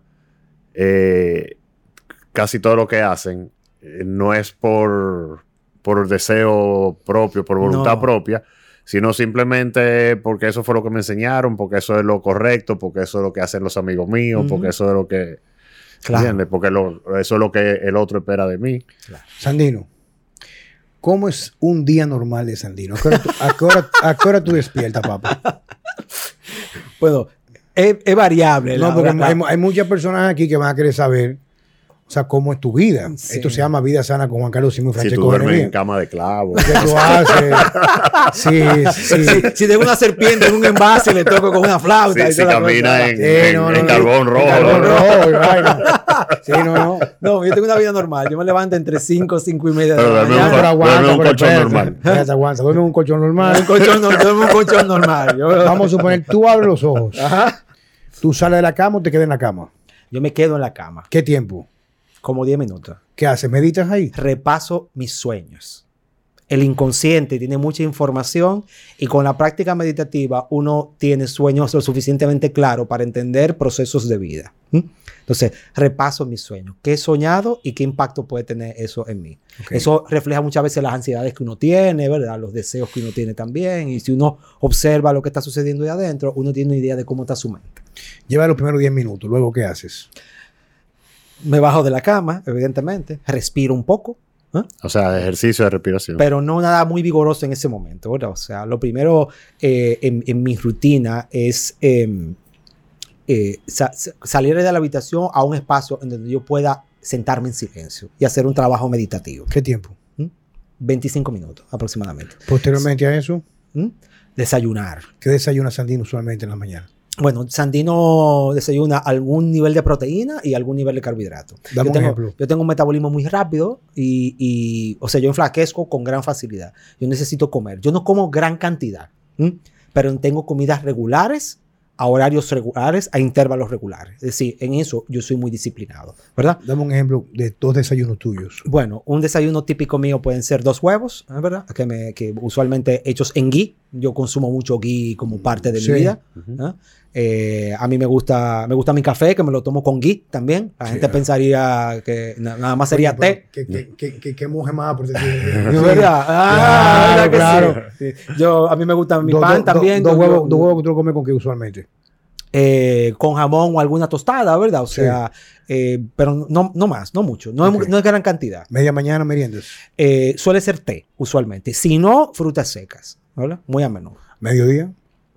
eh, casi todo lo que hacen, no es por, por deseo propio, por voluntad no. propia, sino simplemente porque eso fue lo que me enseñaron, porque eso es lo correcto, porque eso es lo que hacen los amigos míos, uh-huh. porque eso es lo que... Claro. ¿Entiendes? Porque lo, eso es lo que el otro espera de mí. Claro. Sandino, ¿cómo es un día normal de Sandino? ¿A qué hora tú, a qué hora, a qué hora tú despiertas, papá? Bueno, es, es variable. No, la, porque la, hay, hay muchas personas aquí que van a querer saber... O sea, ¿cómo es tu vida? Sí. Esto se llama Vida Sana con Juan Carlos Simón y Francesco. Si tú duermes en cama de clavo. ¿Qué tú haces? Sí, sí. Si, si tengo una serpiente en un envase, le toco con una flauta. Sí, y si camina en, sí, en, no, en no, carbón no, rojo. En carbón rojo. Y sí, no, no. No, yo tengo una vida normal. Yo me levanto entre cinco, cinco y media de pero la mañana. Pero aguanta, un colchón espérate, normal. Espérate, aguanta. Duerme un colchón normal. Un colchón, no, duerme un colchón normal. Yo... Vamos a suponer, tú abres los ojos. Ajá. Tú sales de la cama o te quedas en la cama. Yo me quedo en la cama. ¿Qué tiempo? Como diez minutos. ¿Qué haces? ¿Meditas ahí? Repaso mis sueños. El inconsciente tiene mucha información y con la práctica meditativa uno tiene sueños lo suficientemente claros para entender procesos de vida. ¿Mm? Entonces, repaso mis sueños. ¿Qué he soñado y qué impacto puede tener eso en mí? Okay. Eso refleja muchas veces las ansiedades que uno tiene, ¿verdad? Los deseos que uno tiene también. Y si uno observa lo que está sucediendo ahí adentro, uno tiene una idea de cómo está su mente. Lleva los primeros diez minutos. ¿Luego qué haces? Me bajo de la cama, evidentemente. Respiro un poco. ¿eh? O sea, ejercicio de respiración. Pero no nada muy vigoroso en ese momento, ¿verdad? O sea, lo primero eh, en, en mi rutina es eh, eh, sa salir de la habitación a un espacio en donde yo pueda sentarme en silencio y hacer un trabajo meditativo. ¿Qué tiempo? ¿Mm? veinticinco minutos aproximadamente. Posteriormente a eso, ¿Mm? Desayunar. ¿Qué desayuna Sandino usualmente en la mañana? Bueno, Sandino desayuna algún nivel de proteína y algún nivel de carbohidrato. Dame yo un tengo, ejemplo. Yo tengo un metabolismo muy rápido y, y, o sea, yo enflaquezco con gran facilidad. Yo necesito comer. Yo no como gran cantidad, ¿m? pero tengo comidas regulares, a horarios regulares, a intervalos regulares. Es decir, en eso yo soy muy disciplinado, ¿verdad? Dame un ejemplo de dos desayunos tuyos. Bueno, un desayuno típico mío pueden ser dos huevos, ¿verdad? Que, me, que usualmente hechos en ghee. Yo consumo mucho ghee como parte de sí. mi vida. Uh-huh. ¿eh? Eh, a mí me gusta, me gusta mi café, que me lo tomo con ghee también. La sí, gente pensaría que nada más sería Oye, té. ¿Qué, qué, qué, qué, qué monje más? Por ¿Es verdad? Ah, claro, claro. Sí. Sí. Yo, a mí me gusta mi do, pan do, también. Dos do huevos do huevo que tú lo comes con qué usualmente. Eh, con jamón o alguna tostada, ¿verdad? O sea, sí. eh, pero no, no más, no mucho. No, okay. es, no es gran cantidad. ¿Media mañana meriendas? Eh, suele ser té, usualmente. Si no, frutas secas. ¿verdad? Muy a menudo. ¿Mediodía?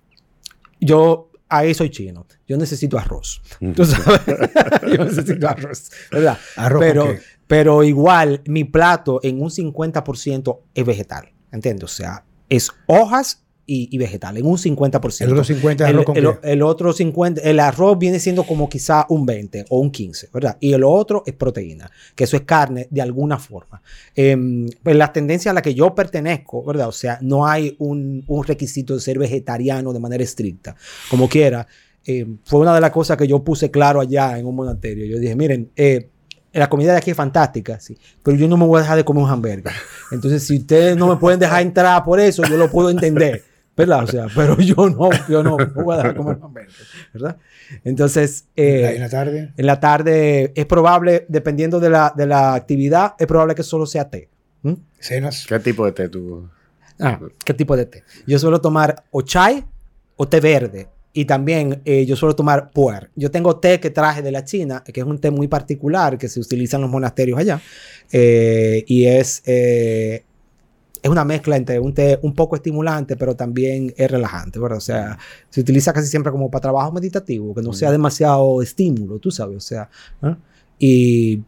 Yo, ahí soy chino. Yo necesito arroz. Tú sabes. Yo necesito arroz, ¿verdad? ¿Arroz pero, con qué? pero igual, mi plato en un cincuenta por ciento es vegetal. ¿Entiendes? O sea, es hojas y, y vegetal, en un cincuenta por ciento. El otro cincuenta es arroz con el, el, qué? el otro cincuenta, el arroz viene siendo como quizá un veinte o un quince, ¿verdad? Y el otro es proteína, que eso es carne de alguna forma. Eh, pues la tendencia a la que yo pertenezco, ¿verdad? O sea, no hay un, un requisito de ser vegetariano de manera estricta. Como quiera, eh, fue una de las cosas que yo puse claro allá en un monasterio. Yo dije, miren, eh, la comida de aquí es fantástica, sí, pero yo no me voy a dejar de comer un hamburger. Entonces, si ustedes no me pueden dejar entrar por eso, yo lo puedo entender, ¿verdad? O sea, pero yo no, yo no, no voy a dejar de comer un hamburger, ¿verdad? Entonces, eh, ¿en la tarde? En la tarde es probable, dependiendo de la, de la actividad, es probable que solo sea té. ¿Mm? ¿Cenas? ¿Qué tipo de té tú? Ah, ¿qué tipo de té? Yo suelo tomar o chai o té verde. Y también eh, yo suelo tomar puer. Yo tengo té que traje de la China, que es un té muy particular que se utiliza en los monasterios allá. Eh, y es, eh, es una mezcla entre un té un poco estimulante, pero también es relajante, ¿verdad? O sea, se utiliza casi siempre como para trabajo meditativo, que no sea demasiado estímulo, tú sabes, o sea. ¿eh? Y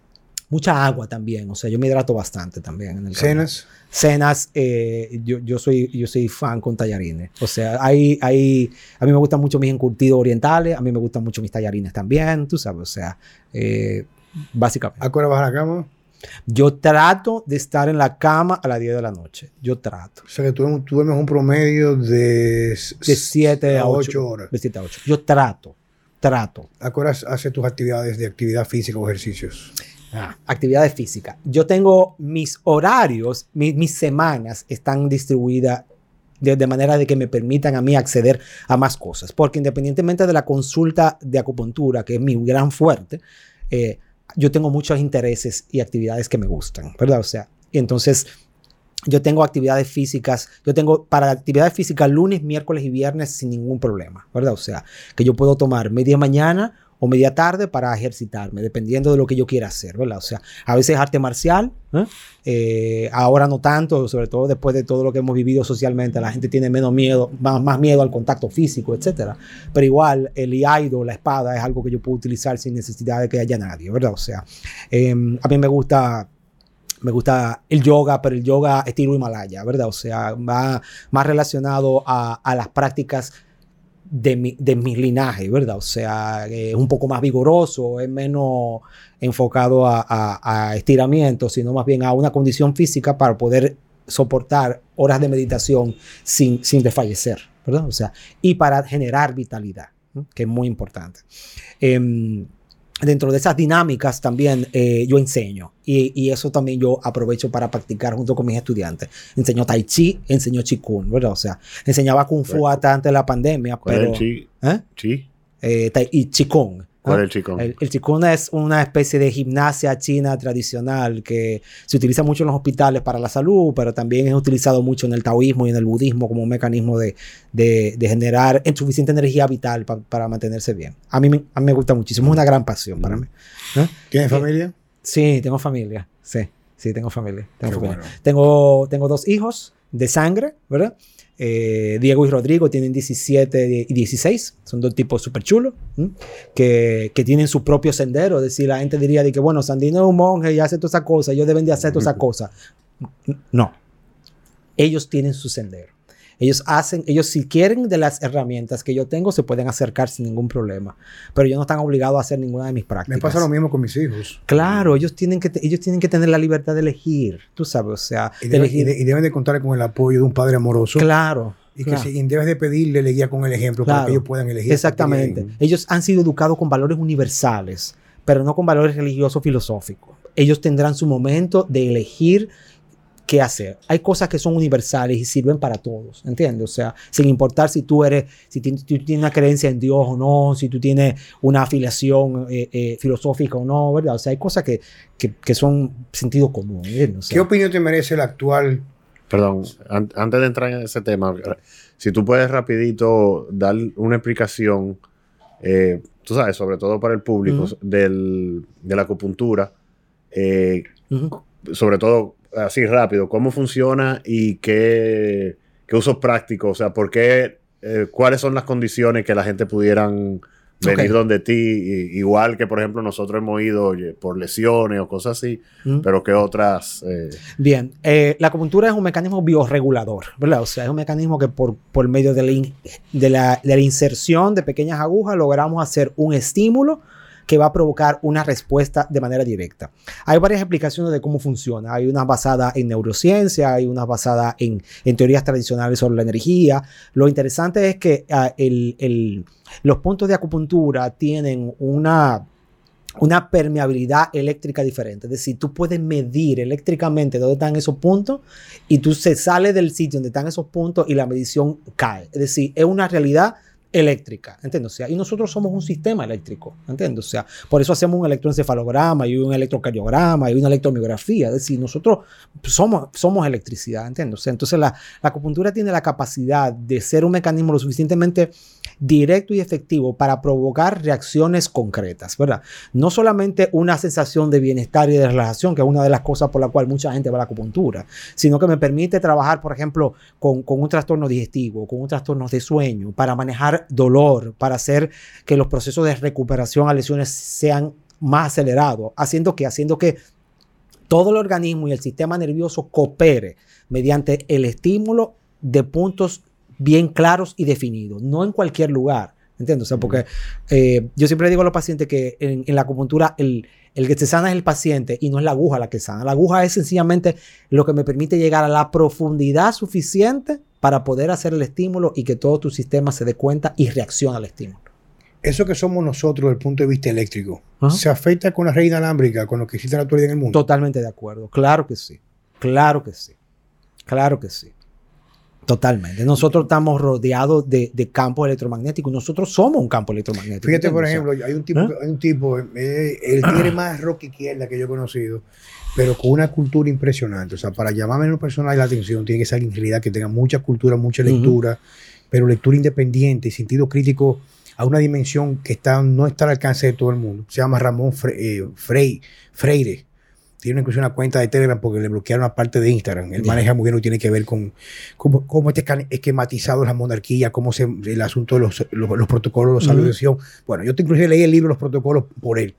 mucha agua también, o sea, yo me hidrato bastante también. En el ¿Cenas? Camino. Cenas, eh, yo, yo, soy, yo soy fan con tallarines. O sea, hay, hay, a mí me gustan mucho mis encurtidos orientales, a mí me gustan mucho mis tallarines también, tú sabes, o sea, eh, básicamente. ¿A qué hora vas a la cama? Yo trato de estar en la cama a las diez de la noche. Yo trato. O sea, que tú, tú duermes un promedio de... De siete a ocho horas. De siete a ocho. Yo trato, trato. ¿A qué horas haces tus actividades de actividad física o ejercicios? Ah, actividades físicas. Yo tengo mis horarios, mi, mis semanas están distribuidas de, de manera de que me permitan a mí acceder a más cosas. Porque independientemente de la consulta de acupuntura, que es mi gran fuerte, eh, yo tengo muchos intereses y actividades que me gustan, ¿verdad? O sea, y entonces yo tengo actividades físicas, yo tengo para actividades físicas lunes, miércoles y viernes sin ningún problema, ¿verdad? O sea, que yo puedo tomar media mañana o media tarde para ejercitarme, dependiendo de lo que yo quiera hacer, ¿verdad? O sea, a veces arte marcial, ¿eh? Eh, ahora no tanto, sobre todo después de todo lo que hemos vivido socialmente, la gente tiene menos miedo, más, más miedo al contacto físico, etcétera. Pero igual, el iaido, la espada, es algo que yo puedo utilizar sin necesidad de que haya nadie, ¿verdad? O sea, eh, a mí me gusta... Me gusta el yoga, pero el yoga estilo Himalaya, ¿verdad? O sea, va más relacionado a, a las prácticas de mi, de mi linaje, ¿verdad? O sea, es un poco más vigoroso, es menos enfocado a, a, a estiramiento, sino más bien a una condición física para poder soportar horas de meditación sin, sin desfallecer, ¿verdad? O sea, y para generar vitalidad, ¿no? Que es muy importante. Eh, Dentro de esas dinámicas también eh, yo enseño y, y eso también yo aprovecho para practicar junto con mis estudiantes. Enseño Tai Chi, enseño Qigong, ¿verdad? O sea, enseñaba Kung Fu hasta antes de la pandemia, ¿Cuál pero... es el chi? ¿eh? ¿Chi? Eh, tai, y Qigong. ¿Cuál ¿eh? es el Qigong? El, el Qigong es una especie de gimnasia china tradicional que se utiliza mucho en los hospitales para la salud, pero también es utilizado mucho en el taoísmo y en el budismo como un mecanismo de, de, de generar suficiente energía vital pa, para mantenerse bien. A mí, me, a mí me gusta muchísimo, es una gran pasión mm. para mí. ¿Eh? ¿Tienes familia? Sí, tengo familia, sí, sí, tengo familia. Tengo, familia. Bueno. tengo, tengo dos hijos de sangre, ¿verdad? Eh, Diego y Rodrigo tienen diecisiete y dieciséis, son dos tipos súper chulos, ¿eh? que, que tienen su propio sendero. Es decir, la gente diría de que, bueno, Sandino es un monje y hace todas esas cosas, ellos deben de hacer todas esas cosas. No, ellos tienen su sendero. Ellos hacen, ellos si quieren de las herramientas que yo tengo, se pueden acercar sin ningún problema. Pero ellos no están obligados a hacer ninguna de mis prácticas. Me pasa lo mismo con mis hijos. Claro, ellos tienen que, ellos tienen que tener la libertad de elegir, tú sabes, o sea... Y, debe, elegir. Y, de, y deben de contar con el apoyo de un padre amoroso. Claro. Y claro. que si, y debes de pedirle le guía con el ejemplo claro. para que ellos puedan elegir. Exactamente. Ellos han sido educados con valores universales, pero no con valores religiosos filosóficos. Ellos tendrán su momento de elegir qué hacer. Hay cosas que son universales y sirven para todos, ¿entiendes? O sea, sin importar si tú eres, si tú tienes una creencia en Dios o no, si tú tienes una afiliación eh, eh, filosófica o no, ¿verdad? O sea, hay cosas que, que, que son sentido común, ¿entiendes? O sea, ¿qué opinión te merece el actual? Perdón, an antes de entrar en ese tema, si tú puedes rapidito dar una explicación, eh, tú sabes, sobre todo para el público, uh-huh. del, de la acupuntura, eh, uh-huh. sobre todo así rápido, cómo funciona y qué, qué usos prácticos, o sea, ¿por qué, eh, cuáles son las condiciones que la gente pudieran venir okay. donde ti? Y, igual que, por ejemplo, nosotros hemos ido oye, por lesiones o cosas así, mm. pero que otras... Eh... Bien, eh, la acupuntura es un mecanismo biorregulador, ¿verdad? O sea, es un mecanismo que por, por medio de la, in, de, la, de la inserción de pequeñas agujas logramos hacer un estímulo que va a provocar una respuesta de manera directa. Hay varias explicaciones de cómo funciona. Hay unas basadas en neurociencia, hay unas basadas en, en teorías tradicionales sobre la energía. Lo interesante es que uh, el, el, los puntos de acupuntura tienen una, una permeabilidad eléctrica diferente. Es decir, tú puedes medir eléctricamente dónde están esos puntos y tú se sale del sitio donde están esos puntos y la medición cae. Es decir, es una realidad eléctrica, ¿entiendes? O sea, y nosotros somos un sistema eléctrico, ¿entiendes? O sea, por eso hacemos un electroencefalograma y un electrocardiograma y una electromiografía, es decir, nosotros somos, somos electricidad, ¿entiendes? O sea, entonces la, la acupuntura tiene la capacidad de ser un mecanismo lo suficientemente directo y efectivo para provocar reacciones concretas, ¿verdad? No solamente una sensación de bienestar y de relajación, que es una de las cosas por la cual mucha gente va a la acupuntura, sino que me permite trabajar, por ejemplo, con, con un trastorno digestivo, con un trastorno de sueño, para manejar dolor, para hacer que los procesos de recuperación a lesiones sean más acelerados, haciendo que, haciendo que todo el organismo y el sistema nervioso coopere mediante el estímulo de puntos bien claros y definidos, no en cualquier lugar, ¿entiendes? O sea, porque eh, yo siempre digo a los pacientes que en, en la acupuntura el, el que te sana es el paciente y no es la aguja la que sana. La aguja es sencillamente lo que me permite llegar a la profundidad suficiente para poder hacer el estímulo y que todo tu sistema se dé cuenta y reaccione al estímulo. Eso que somos nosotros desde el punto de vista eléctrico, uh-huh. ¿se afecta con la red inalámbrica, con lo que existe en la actualidad en el mundo? Totalmente de acuerdo. Claro que sí. Claro que sí. Claro que sí. Totalmente. Nosotros estamos rodeados de, de campos electromagnéticos. Nosotros somos un campo electromagnético. Fíjate, por ejemplo, hay un tipo, ¿eh? hay un tipo eh, él tiene más rock izquierda que yo he conocido, pero con una cultura impresionante. O sea, para llamarme a un personaje la atención, tiene que ser alguien en realidad que tenga mucha cultura, mucha lectura, uh-huh. pero lectura independiente y sentido crítico a una dimensión que está, no está al alcance de todo el mundo. Se llama Ramón Fre eh, Frey, Freire. Tiene incluso una cuenta de Telegram porque le bloquearon una parte de Instagram. Él yeah. maneja muy bien lo que tiene que ver con cómo, cómo está esquematizado la monarquía, cómo se, el asunto de los, los, los protocolos, los uh-huh. salud. Bueno, yo te inclusive leí el libro Los protocolos por él.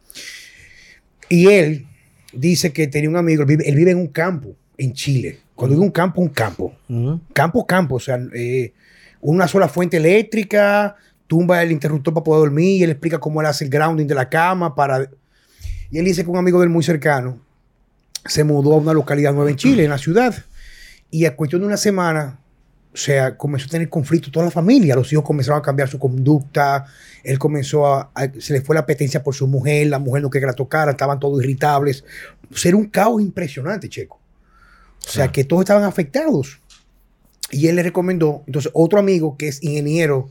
Y él dice que tenía un amigo, él vive, él vive en un campo en Chile. Cuando uh-huh. digo un campo, un campo. Uh-huh. Campo, campo. O sea, eh, una sola fuente eléctrica, tumba el interruptor para poder dormir y él explica cómo él hace el grounding de la cama para... Y él dice que un amigo de él muy cercano se mudó a una localidad nueva en Chile, en la ciudad, y a cuestión de una semana, o sea, comenzó a tener conflicto toda la familia. Los hijos comenzaron a cambiar su conducta, él comenzó a, a se le fue la apetencia por su mujer, la mujer no quería que la tocara, estaban todos irritables. O sea, era un caos impresionante, Checo. O sea, ah. que todos estaban afectados. Y él le recomendó, entonces, otro amigo que es ingeniero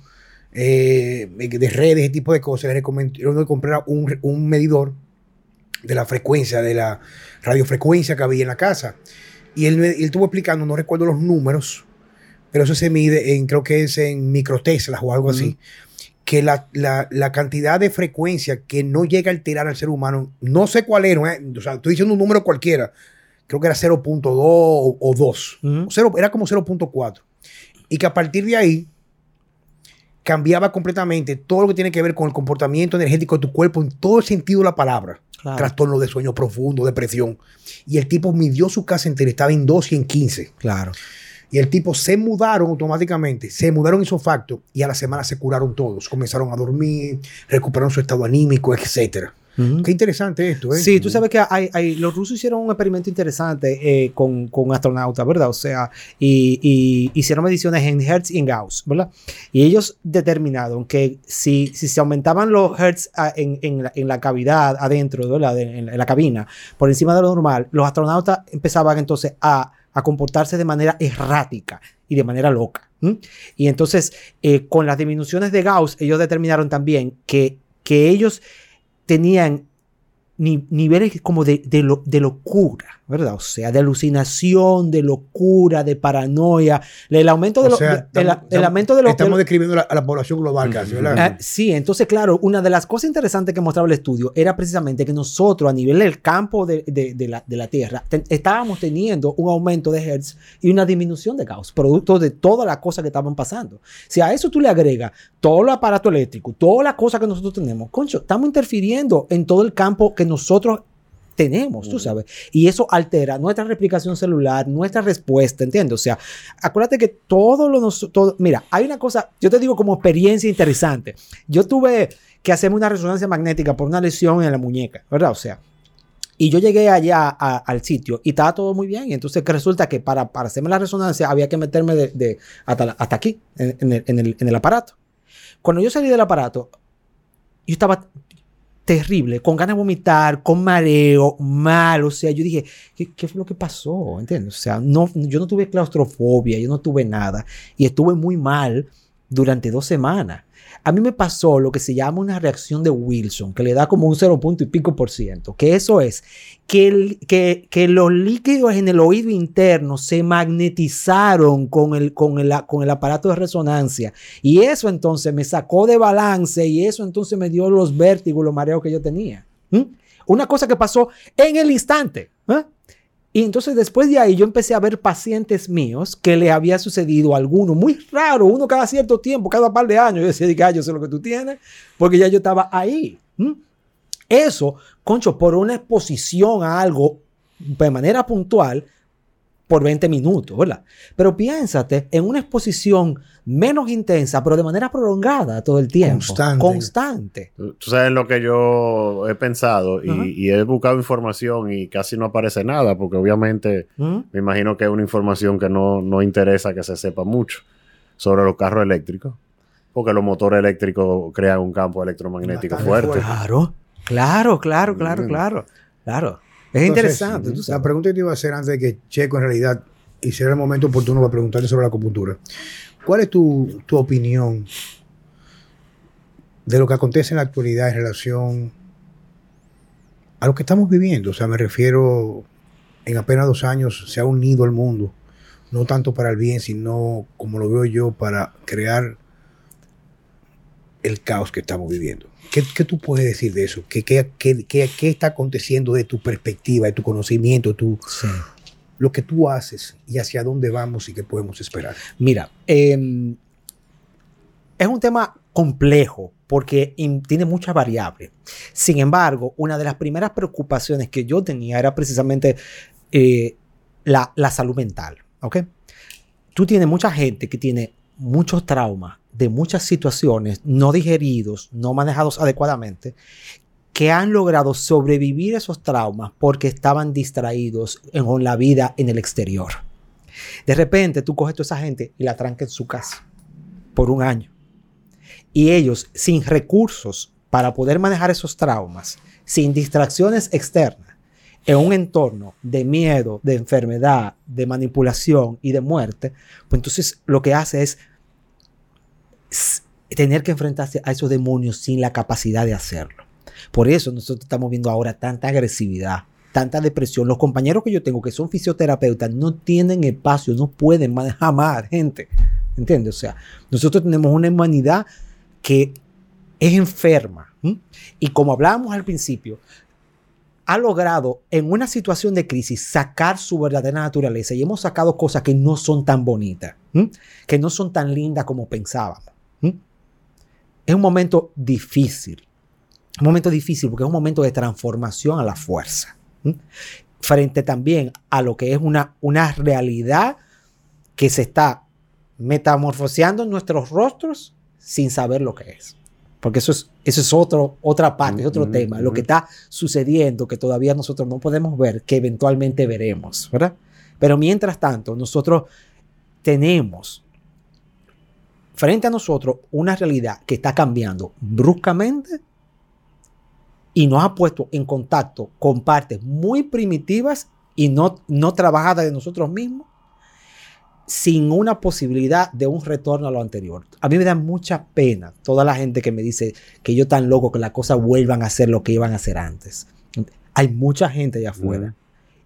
eh, de redes, ese tipo de cosas, le recomendó que comprara un, un medidor de la frecuencia, de la radiofrecuencia que había en la casa. Y él, él estuvo explicando, no recuerdo los números, pero eso se mide en, creo que es en microteslas o algo uh-huh. así, que la, la, la cantidad de frecuencia que no llega a alterar al ser humano, no sé cuál era, ¿eh? O sea, estoy diciendo un número cualquiera, creo que era cero punto dos o, o dos, uh-huh. cero, era como cero punto cuatro. Y que a partir de ahí cambiaba completamente todo lo que tiene que ver con el comportamiento energético de tu cuerpo en todo el sentido de la palabra. Claro. Trastorno de sueño profundo, depresión. Y el tipo midió su casa entera, estaba en dos y en quince. Claro. Y el tipo se mudaron automáticamente, se mudaron isofacto y a la semana se curaron todos. Comenzaron a dormir, recuperaron su estado anímico, etcétera. Uh-huh. Qué interesante esto, ¿eh? Sí, tú sabes que hay, hay, los rusos hicieron un experimento interesante eh, con, con astronautas, ¿verdad? O sea, y, y hicieron mediciones en Hertz y en Gauss, ¿verdad? Y ellos determinaron que si, si se aumentaban los Hertz a, en, en, la, en la cavidad adentro, ¿verdad? De, en, en la cabina, por encima de lo normal, los astronautas empezaban entonces a, a comportarse de manera errática y de manera loca. ¿Mm? Y entonces, eh, con las disminuciones de Gauss, ellos determinaron también que, que ellos tenían ni, niveles como de, de, lo, de locura, ¿verdad? O sea, de alucinación, de locura, de paranoia, el aumento de los... El, el aumento de los... Estamos de, describiendo la, a la población global casi, ¿verdad? Uh, sí, entonces, claro, una de las cosas interesantes que mostraba el estudio era precisamente que nosotros, a nivel del campo de, de, de, la, de la Tierra, te, estábamos teniendo un aumento de Hertz y una disminución de Gauss, producto de todas las cosas que estaban pasando. Si a eso tú le agregas todo el aparato eléctrico, todas las cosas que nosotros tenemos, concho, estamos interfiriendo en todo el campo que nosotros tenemos, tú sabes, y eso altera nuestra replicación celular, nuestra respuesta, ¿entiendes? O sea, acuérdate que todo lo nosotros, mira, hay una cosa, yo te digo como experiencia interesante, yo tuve que hacerme una resonancia magnética por una lesión en la muñeca, ¿verdad? O sea, y yo llegué allá a, al sitio y estaba todo muy bien, y entonces que resulta que para, para hacerme la resonancia había que meterme de, de hasta, la, hasta aquí, en, en, el, en, el, en el aparato. Cuando yo salí del aparato, yo estaba terrible, con ganas de vomitar, con mareo, mal, o sea, yo dije, ¿qué, qué fue lo que pasó? ¿Entiendes? O sea, no, yo no tuve claustrofobia, yo no tuve nada, y estuve muy mal durante dos semanas. A mí me pasó lo que se llama una reacción de Wilson, que le da como un cero punto y pico por ciento, que eso es que, el, que, que los líquidos en el oído interno se magnetizaron con el, con, el, con el aparato de resonancia, y eso entonces me sacó de balance, y eso entonces me dio los vértigos, los mareos que yo tenía. ¿Mm? Una cosa que pasó en el instante. ¿Eh? Y entonces después de ahí yo empecé a ver pacientes míos que le había sucedido a alguno, muy raro, uno cada cierto tiempo, cada par de años. Yo decía, ah, yo sé lo que tú tienes, porque ya yo estaba ahí. ¿Mm? Eso, concho, por una exposición a algo de manera puntual por veinte minutos, ¿verdad? Pero piénsate en una exposición menos intensa, pero de manera prolongada todo el tiempo. Constante. Constante. Tú sabes lo que yo he pensado y, Uh-huh. y he buscado información y casi no aparece nada, porque obviamente Uh-huh. me imagino que es una información que no, no interesa que se sepa mucho sobre los carros eléctricos, porque los motores eléctricos crean un campo electromagnético Bastante fuerte. fuerte. Claro, claro, claro, claro, claro, claro. Es Entonces, interesante. Tú sabes. La pregunta que te iba a hacer antes de que Checo en realidad hiciera el momento oportuno para preguntarte sobre la acupuntura. ¿Cuál es tu, tu opinión de lo que acontece en la actualidad en relación a lo que estamos viviendo? O sea, me refiero, en apenas dos años se ha unido el mundo, no tanto para el bien, sino, como lo veo yo, para crear el caos que estamos viviendo. ¿Qué, qué tú puedes decir de eso? ¿Qué, qué, qué, qué, qué está aconteciendo de tu perspectiva, de tu conocimiento, tu, Sí. lo que tú haces y hacia dónde vamos y qué podemos esperar? Mira, eh, es un tema complejo porque in, tiene muchas variables. Sin embargo, una de las primeras preocupaciones que yo tenía era precisamente eh, la, la salud mental. ¿Ok? Tú tienes mucha gente que tiene muchos traumas de muchas situaciones no digeridos, no manejados adecuadamente, que han logrado sobrevivir esos traumas porque estaban distraídos en, con la vida en el exterior. De repente tú coges a toda esa gente y la trancas en su casa por un año. Y ellos, sin recursos para poder manejar esos traumas, sin distracciones externas, en un entorno de miedo, de enfermedad, de manipulación y de muerte, pues entonces lo que hace es tener que enfrentarse a esos demonios sin la capacidad de hacerlo. Por eso nosotros estamos viendo ahora tanta agresividad, tanta depresión. Los compañeros que yo tengo que son fisioterapeutas no tienen espacio, no pueden manejar más gente. ¿Entiendes? O sea, nosotros tenemos una humanidad que es enferma. ¿Mm? Y como hablábamos al principio, ha logrado en una situación de crisis sacar su verdadera naturaleza y hemos sacado cosas que no son tan bonitas, ¿Mm? que no son tan lindas como pensábamos. ¿Mm? Es un momento difícil. Un momento difícil porque es un momento de transformación a la fuerza. ¿Mm? Frente también a lo que es una, una realidad que se está metamorfoseando en nuestros rostros sin saber lo que es. Porque eso es, eso es otro, otra parte, es otro Mm-hmm. tema. Lo que está sucediendo que todavía nosotros no podemos ver, que eventualmente veremos, ¿verdad? Pero mientras tanto, nosotros tenemos frente a nosotros una realidad que está cambiando bruscamente y nos ha puesto en contacto con partes muy primitivas y no, no trabajadas de nosotros mismos, sin una posibilidad de un retorno a lo anterior. A mí me da mucha pena toda la gente que me dice que yo tan loco que las cosas vuelvan a ser lo que iban a ser antes. Hay mucha gente allá afuera. Mm.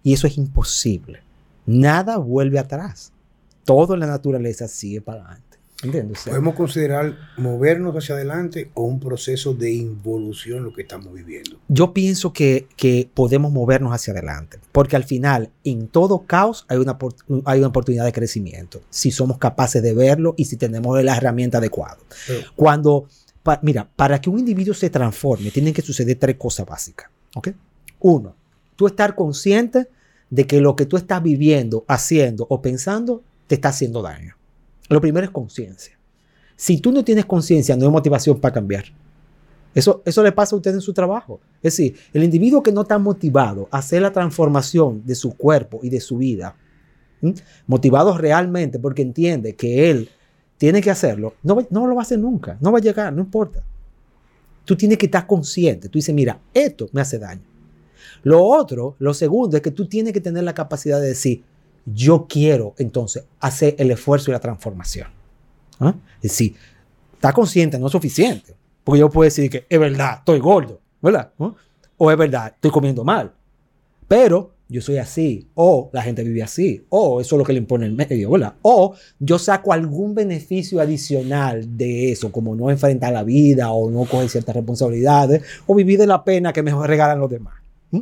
Y eso es imposible. Nada vuelve atrás. Todo en la naturaleza sigue para adelante. ¿Entiendes? O sea, ¿podemos considerar movernos hacia adelante o un proceso de involución lo que estamos viviendo? yo pienso que, que podemos movernos hacia adelante, porque al final, en todo caos, hay una, hay una oportunidad de crecimiento, si somos capaces de verlo y si tenemos la herramienta adecuada. Pero, Cuando, pa, mira, para que un individuo se transforme, tienen que suceder tres cosas básicas. ¿Ok? Uno, tú estar consciente de que lo que tú estás viviendo, haciendo o pensando te está haciendo daño. Lo primero es conciencia. Si tú no tienes conciencia, no hay motivación para cambiar. Eso, eso le pasa a usted en su trabajo. Es decir, el individuo que no está motivado a hacer la transformación de su cuerpo y de su vida, ¿m? motivado realmente porque entiende que él tiene que hacerlo, no, va, no lo va a hacer nunca. No va a llegar, no importa. Tú tienes que estar consciente. Tú dices, mira, esto me hace daño. Lo otro, lo segundo, es que tú tienes que tener la capacidad de decir, yo quiero entonces hacer el esfuerzo y la transformación. ¿Ah? Es decir, está consciente no es suficiente. Porque yo puedo decir que es verdad, estoy gordo, ¿verdad? ¿Ah? O es verdad, estoy comiendo mal. Pero yo soy así. O la gente vive así. O eso es lo que le impone el medio, ¿verdad? O yo saco algún beneficio adicional de eso, como no enfrentar la vida o no coger ciertas responsabilidades o vivir de la pena que me regalan los demás.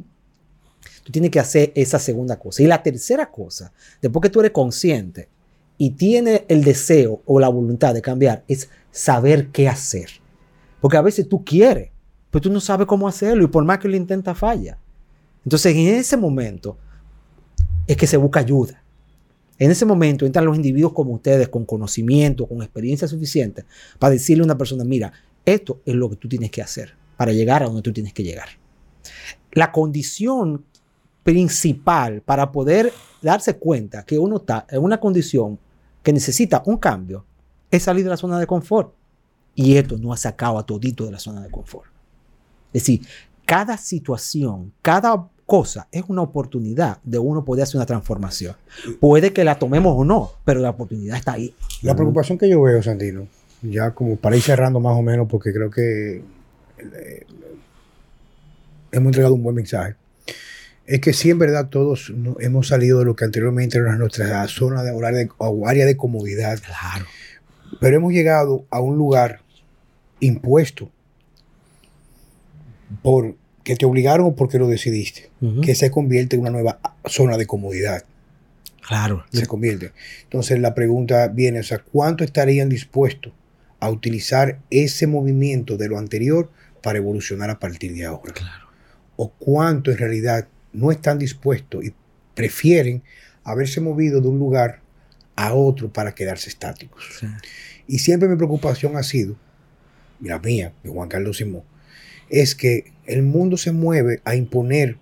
Tú tienes que hacer esa segunda cosa. Y la tercera cosa, después que tú eres consciente y tienes el deseo o la voluntad de cambiar, es saber qué hacer. Porque a veces tú quieres, pero tú no sabes cómo hacerlo y por más que lo intentas, falla. Entonces, en ese momento es que se busca ayuda. En ese momento entran los individuos como ustedes, con conocimiento, con experiencia suficiente, para decirle a una persona, mira, esto es lo que tú tienes que hacer para llegar a donde tú tienes que llegar. La condición principal para poder darse cuenta que uno está en una condición que necesita un cambio es salir de la zona de confort. Y esto no ha sacado a todito de la zona de confort. Es decir, cada situación, cada cosa es una oportunidad de uno poder hacer una transformación. Puede que la tomemos o no, pero la oportunidad está ahí. La preocupación que yo veo, Santino, ya como para ir cerrando más o menos, porque creo que eh, hemos entregado un buen mensaje, es que sí, en verdad, todos no, hemos salido de lo que anteriormente era nuestra zona de horario de, o área de comodidad. Claro. Pero hemos llegado a un lugar impuesto por que te obligaron o porque lo decidiste, uh-huh. que se convierte en una nueva zona de comodidad. Claro. Se convierte. Entonces la pregunta viene, o sea, ¿cuánto estarían dispuestos a utilizar ese movimiento de lo anterior para evolucionar a partir de ahora? Claro. O cuánto en realidad no están dispuestos y prefieren haberse movido de un lugar a otro para quedarse estáticos. Sí. Y siempre mi preocupación ha sido, y la mía, de Juan Carlos Simón, es que el mundo se mueve a imponer,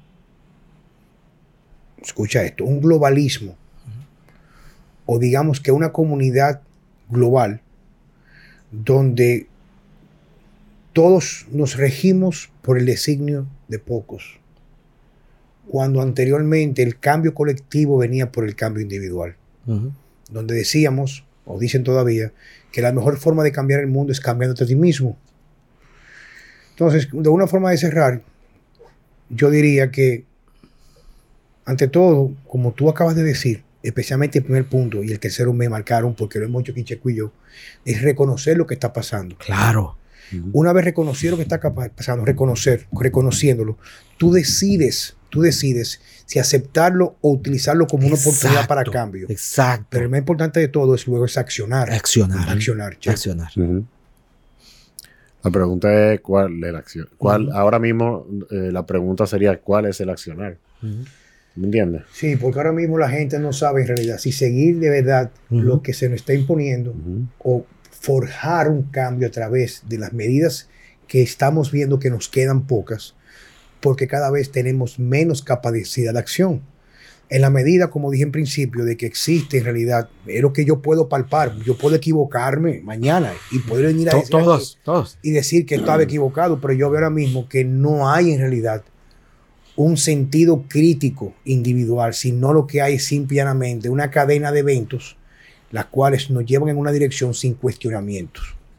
escucha esto, un globalismo, uh-huh. o digamos que una comunidad global donde todos nos regimos por el designio de pocos, cuando anteriormente el cambio colectivo venía por el cambio individual, uh-huh. donde decíamos, o dicen todavía, que la mejor forma de cambiar el mundo es cambiándote a ti mismo. Entonces, de una forma de cerrar, yo diría que, ante todo, como tú acabas de decir, especialmente el primer punto y el tercero me marcaron porque lo hemos hecho Quicheco y yo, es reconocer lo que está pasando. Claro. Uh-huh. Una vez reconocido lo que está pasando, reconocer, reconociéndolo, tú decides, tú decides si aceptarlo o utilizarlo como una exacto, oportunidad para cambio. Exacto. Pero lo más importante de todo es luego es accionar. Accionar. Accionar. Che. Accionar. Uh-huh. La pregunta es cuál es la acción. ¿Cuál, uh-huh. Ahora mismo eh, la pregunta sería cuál es el accionar. Uh-huh. ¿Me entiendes? Sí, porque ahora mismo la gente no sabe en realidad si seguir de verdad uh-huh. lo que se nos está imponiendo uh-huh. o forjar un cambio a través de las medidas que estamos viendo que nos quedan pocas, porque cada vez tenemos menos capacidad de acción. En la medida, como dije en principio, de que existe en realidad, es lo que yo puedo palpar. Yo puedo equivocarme mañana y poder venir a decir todos, todos. y decir que estaba equivocado, pero yo veo ahora mismo que no hay en realidad un sentido crítico individual, sino lo que hay es simplemente una cadena de eventos las cuales nos llevan en una dirección sin cuestionamientos.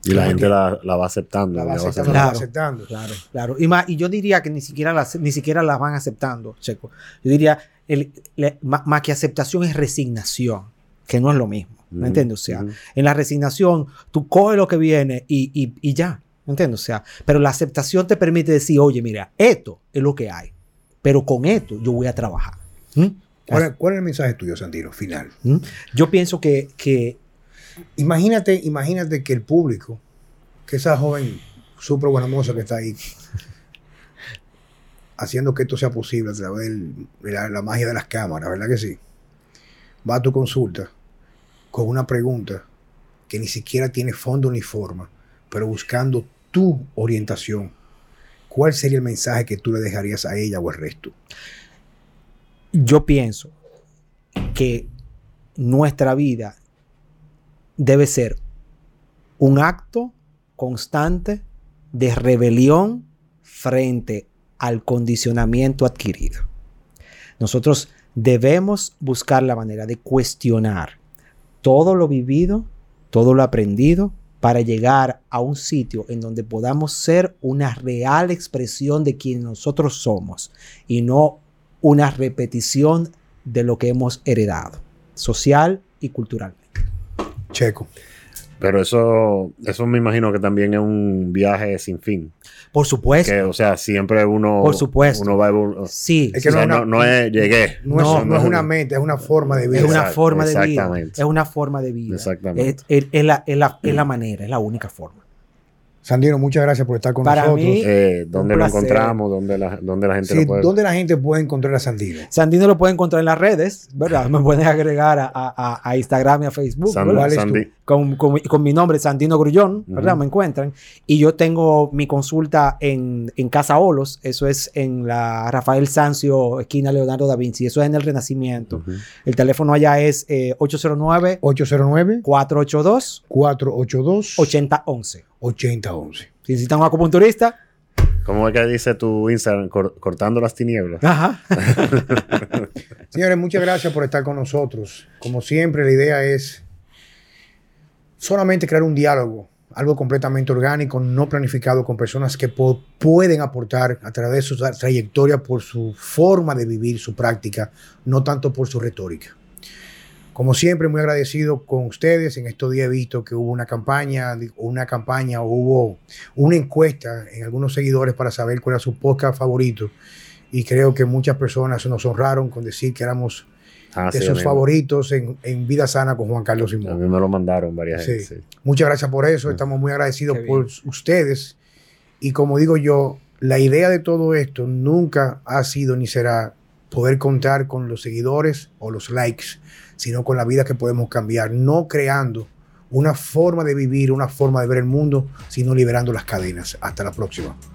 Y la gente la, la va aceptando. La va la va aceptando, aceptando. la va Claro. aceptando. Claro, claro. Y, más, y yo diría que ni siquiera las, ni siquiera las van aceptando, Checo. Yo diría, el, le- más, más que aceptación es resignación, que no es lo mismo. ¿Me Ujú, entiendes? O sea, ujú. en la resignación, tú coges lo que viene y, y, y ya. ¿Me entiendes? O sea, pero la aceptación te permite decir, oye, mira, esto es lo que hay, pero con esto yo voy a trabajar. ¿Mm? ¿Cuál, es- cuál es el mensaje tuyo, Santino, final? ¿Mm? Yo pienso que, que Imagínate, imagínate que el público, que esa joven súper buena moza que está ahí, haciendo que esto sea posible a través del- de la, la magia de las cámaras, ¿verdad que sí? Va a tu consulta con una pregunta que ni siquiera tiene fondo ni forma, pero buscando tu orientación. ¿Cuál sería el mensaje que tú le dejarías a ella o al resto? yo pienso que nuestra vida debe ser un acto constante de rebelión frente al condicionamiento adquirido. Nosotros debemos buscar la manera de cuestionar todo lo vivido, todo lo aprendido, para llegar a un sitio en donde podamos ser una real expresión de quien nosotros somos y no una repetición de lo que hemos heredado, social y culturalmente. Checo. Pero eso, eso me imagino que también es un viaje sin fin. Por supuesto. Que, o sea, siempre uno, Por supuesto. uno va a evol- Sí. Es que o sea, no es no, una- no es llegué. No, es, No, no es una meta, es una forma de vida. Es una Exacto, forma de vida. exactamente. Es una forma de vida. Exactamente. Es, es- es la, es la- es la manera, es la única forma. Sandino, muchas gracias por estar con Para nosotros. mí- Eh, ¿Dónde Un lo placer. encontramos? ¿Dónde la, dónde la gente Sí, lo puede ¿dónde la gente puede encontrar a Sandino? Sandino lo puede encontrar en las redes, ¿verdad? Me pueden agregar a, a- a Instagram y a Facebook, Sand- ¿verdad? ¿Cuál es Sandi- Con, con mi- con mi nombre, Sandino Grullón, ¿verdad? Ujú. Me encuentran. Y yo tengo mi consulta en, en Casa Olos, eso es en la Rafael Sanzio, esquina Leonardo da Vinci, eso es en el Renacimiento. Ujú. El teléfono allá es eh, ocho cero nueve, ocho cero nueve, cuatro ocho dos, cuatro ocho dos, ocho cero uno uno. ocho cero uno uno. Si necesitan un acupunturista, ¿Cómo es que dice tu Instagram? Cor- cortando las tinieblas. ajá. Señores, muchas gracias por estar con nosotros. Como siempre, la idea es solamente crear un diálogo, algo completamente orgánico, no planificado, con personas que po- pueden aportar a través de su tra- trayectoria por su forma de vivir, su práctica, no tanto por su retórica. Como siempre, muy agradecido con ustedes. En estos días he visto que hubo una campaña, una campaña, o hubo una encuesta en algunos seguidores para saber cuál era su podcast favorito. Y creo que muchas personas nos honraron con decir que éramos Ah, de sí, sus a mí- favoritos en, en Vida Sana con Juan Carlos A Simón. mí me lo mandaron varias Sí. veces. sí. Muchas gracias por eso. Estamos muy agradecidos Qué bien. por ustedes. Y como digo yo, la idea de todo esto nunca ha sido ni será poder contar con los seguidores o los likes, sino con la vida que podemos cambiar, no creando una forma de vivir, una forma de ver el mundo, sino liberando las cadenas. Hasta la próxima.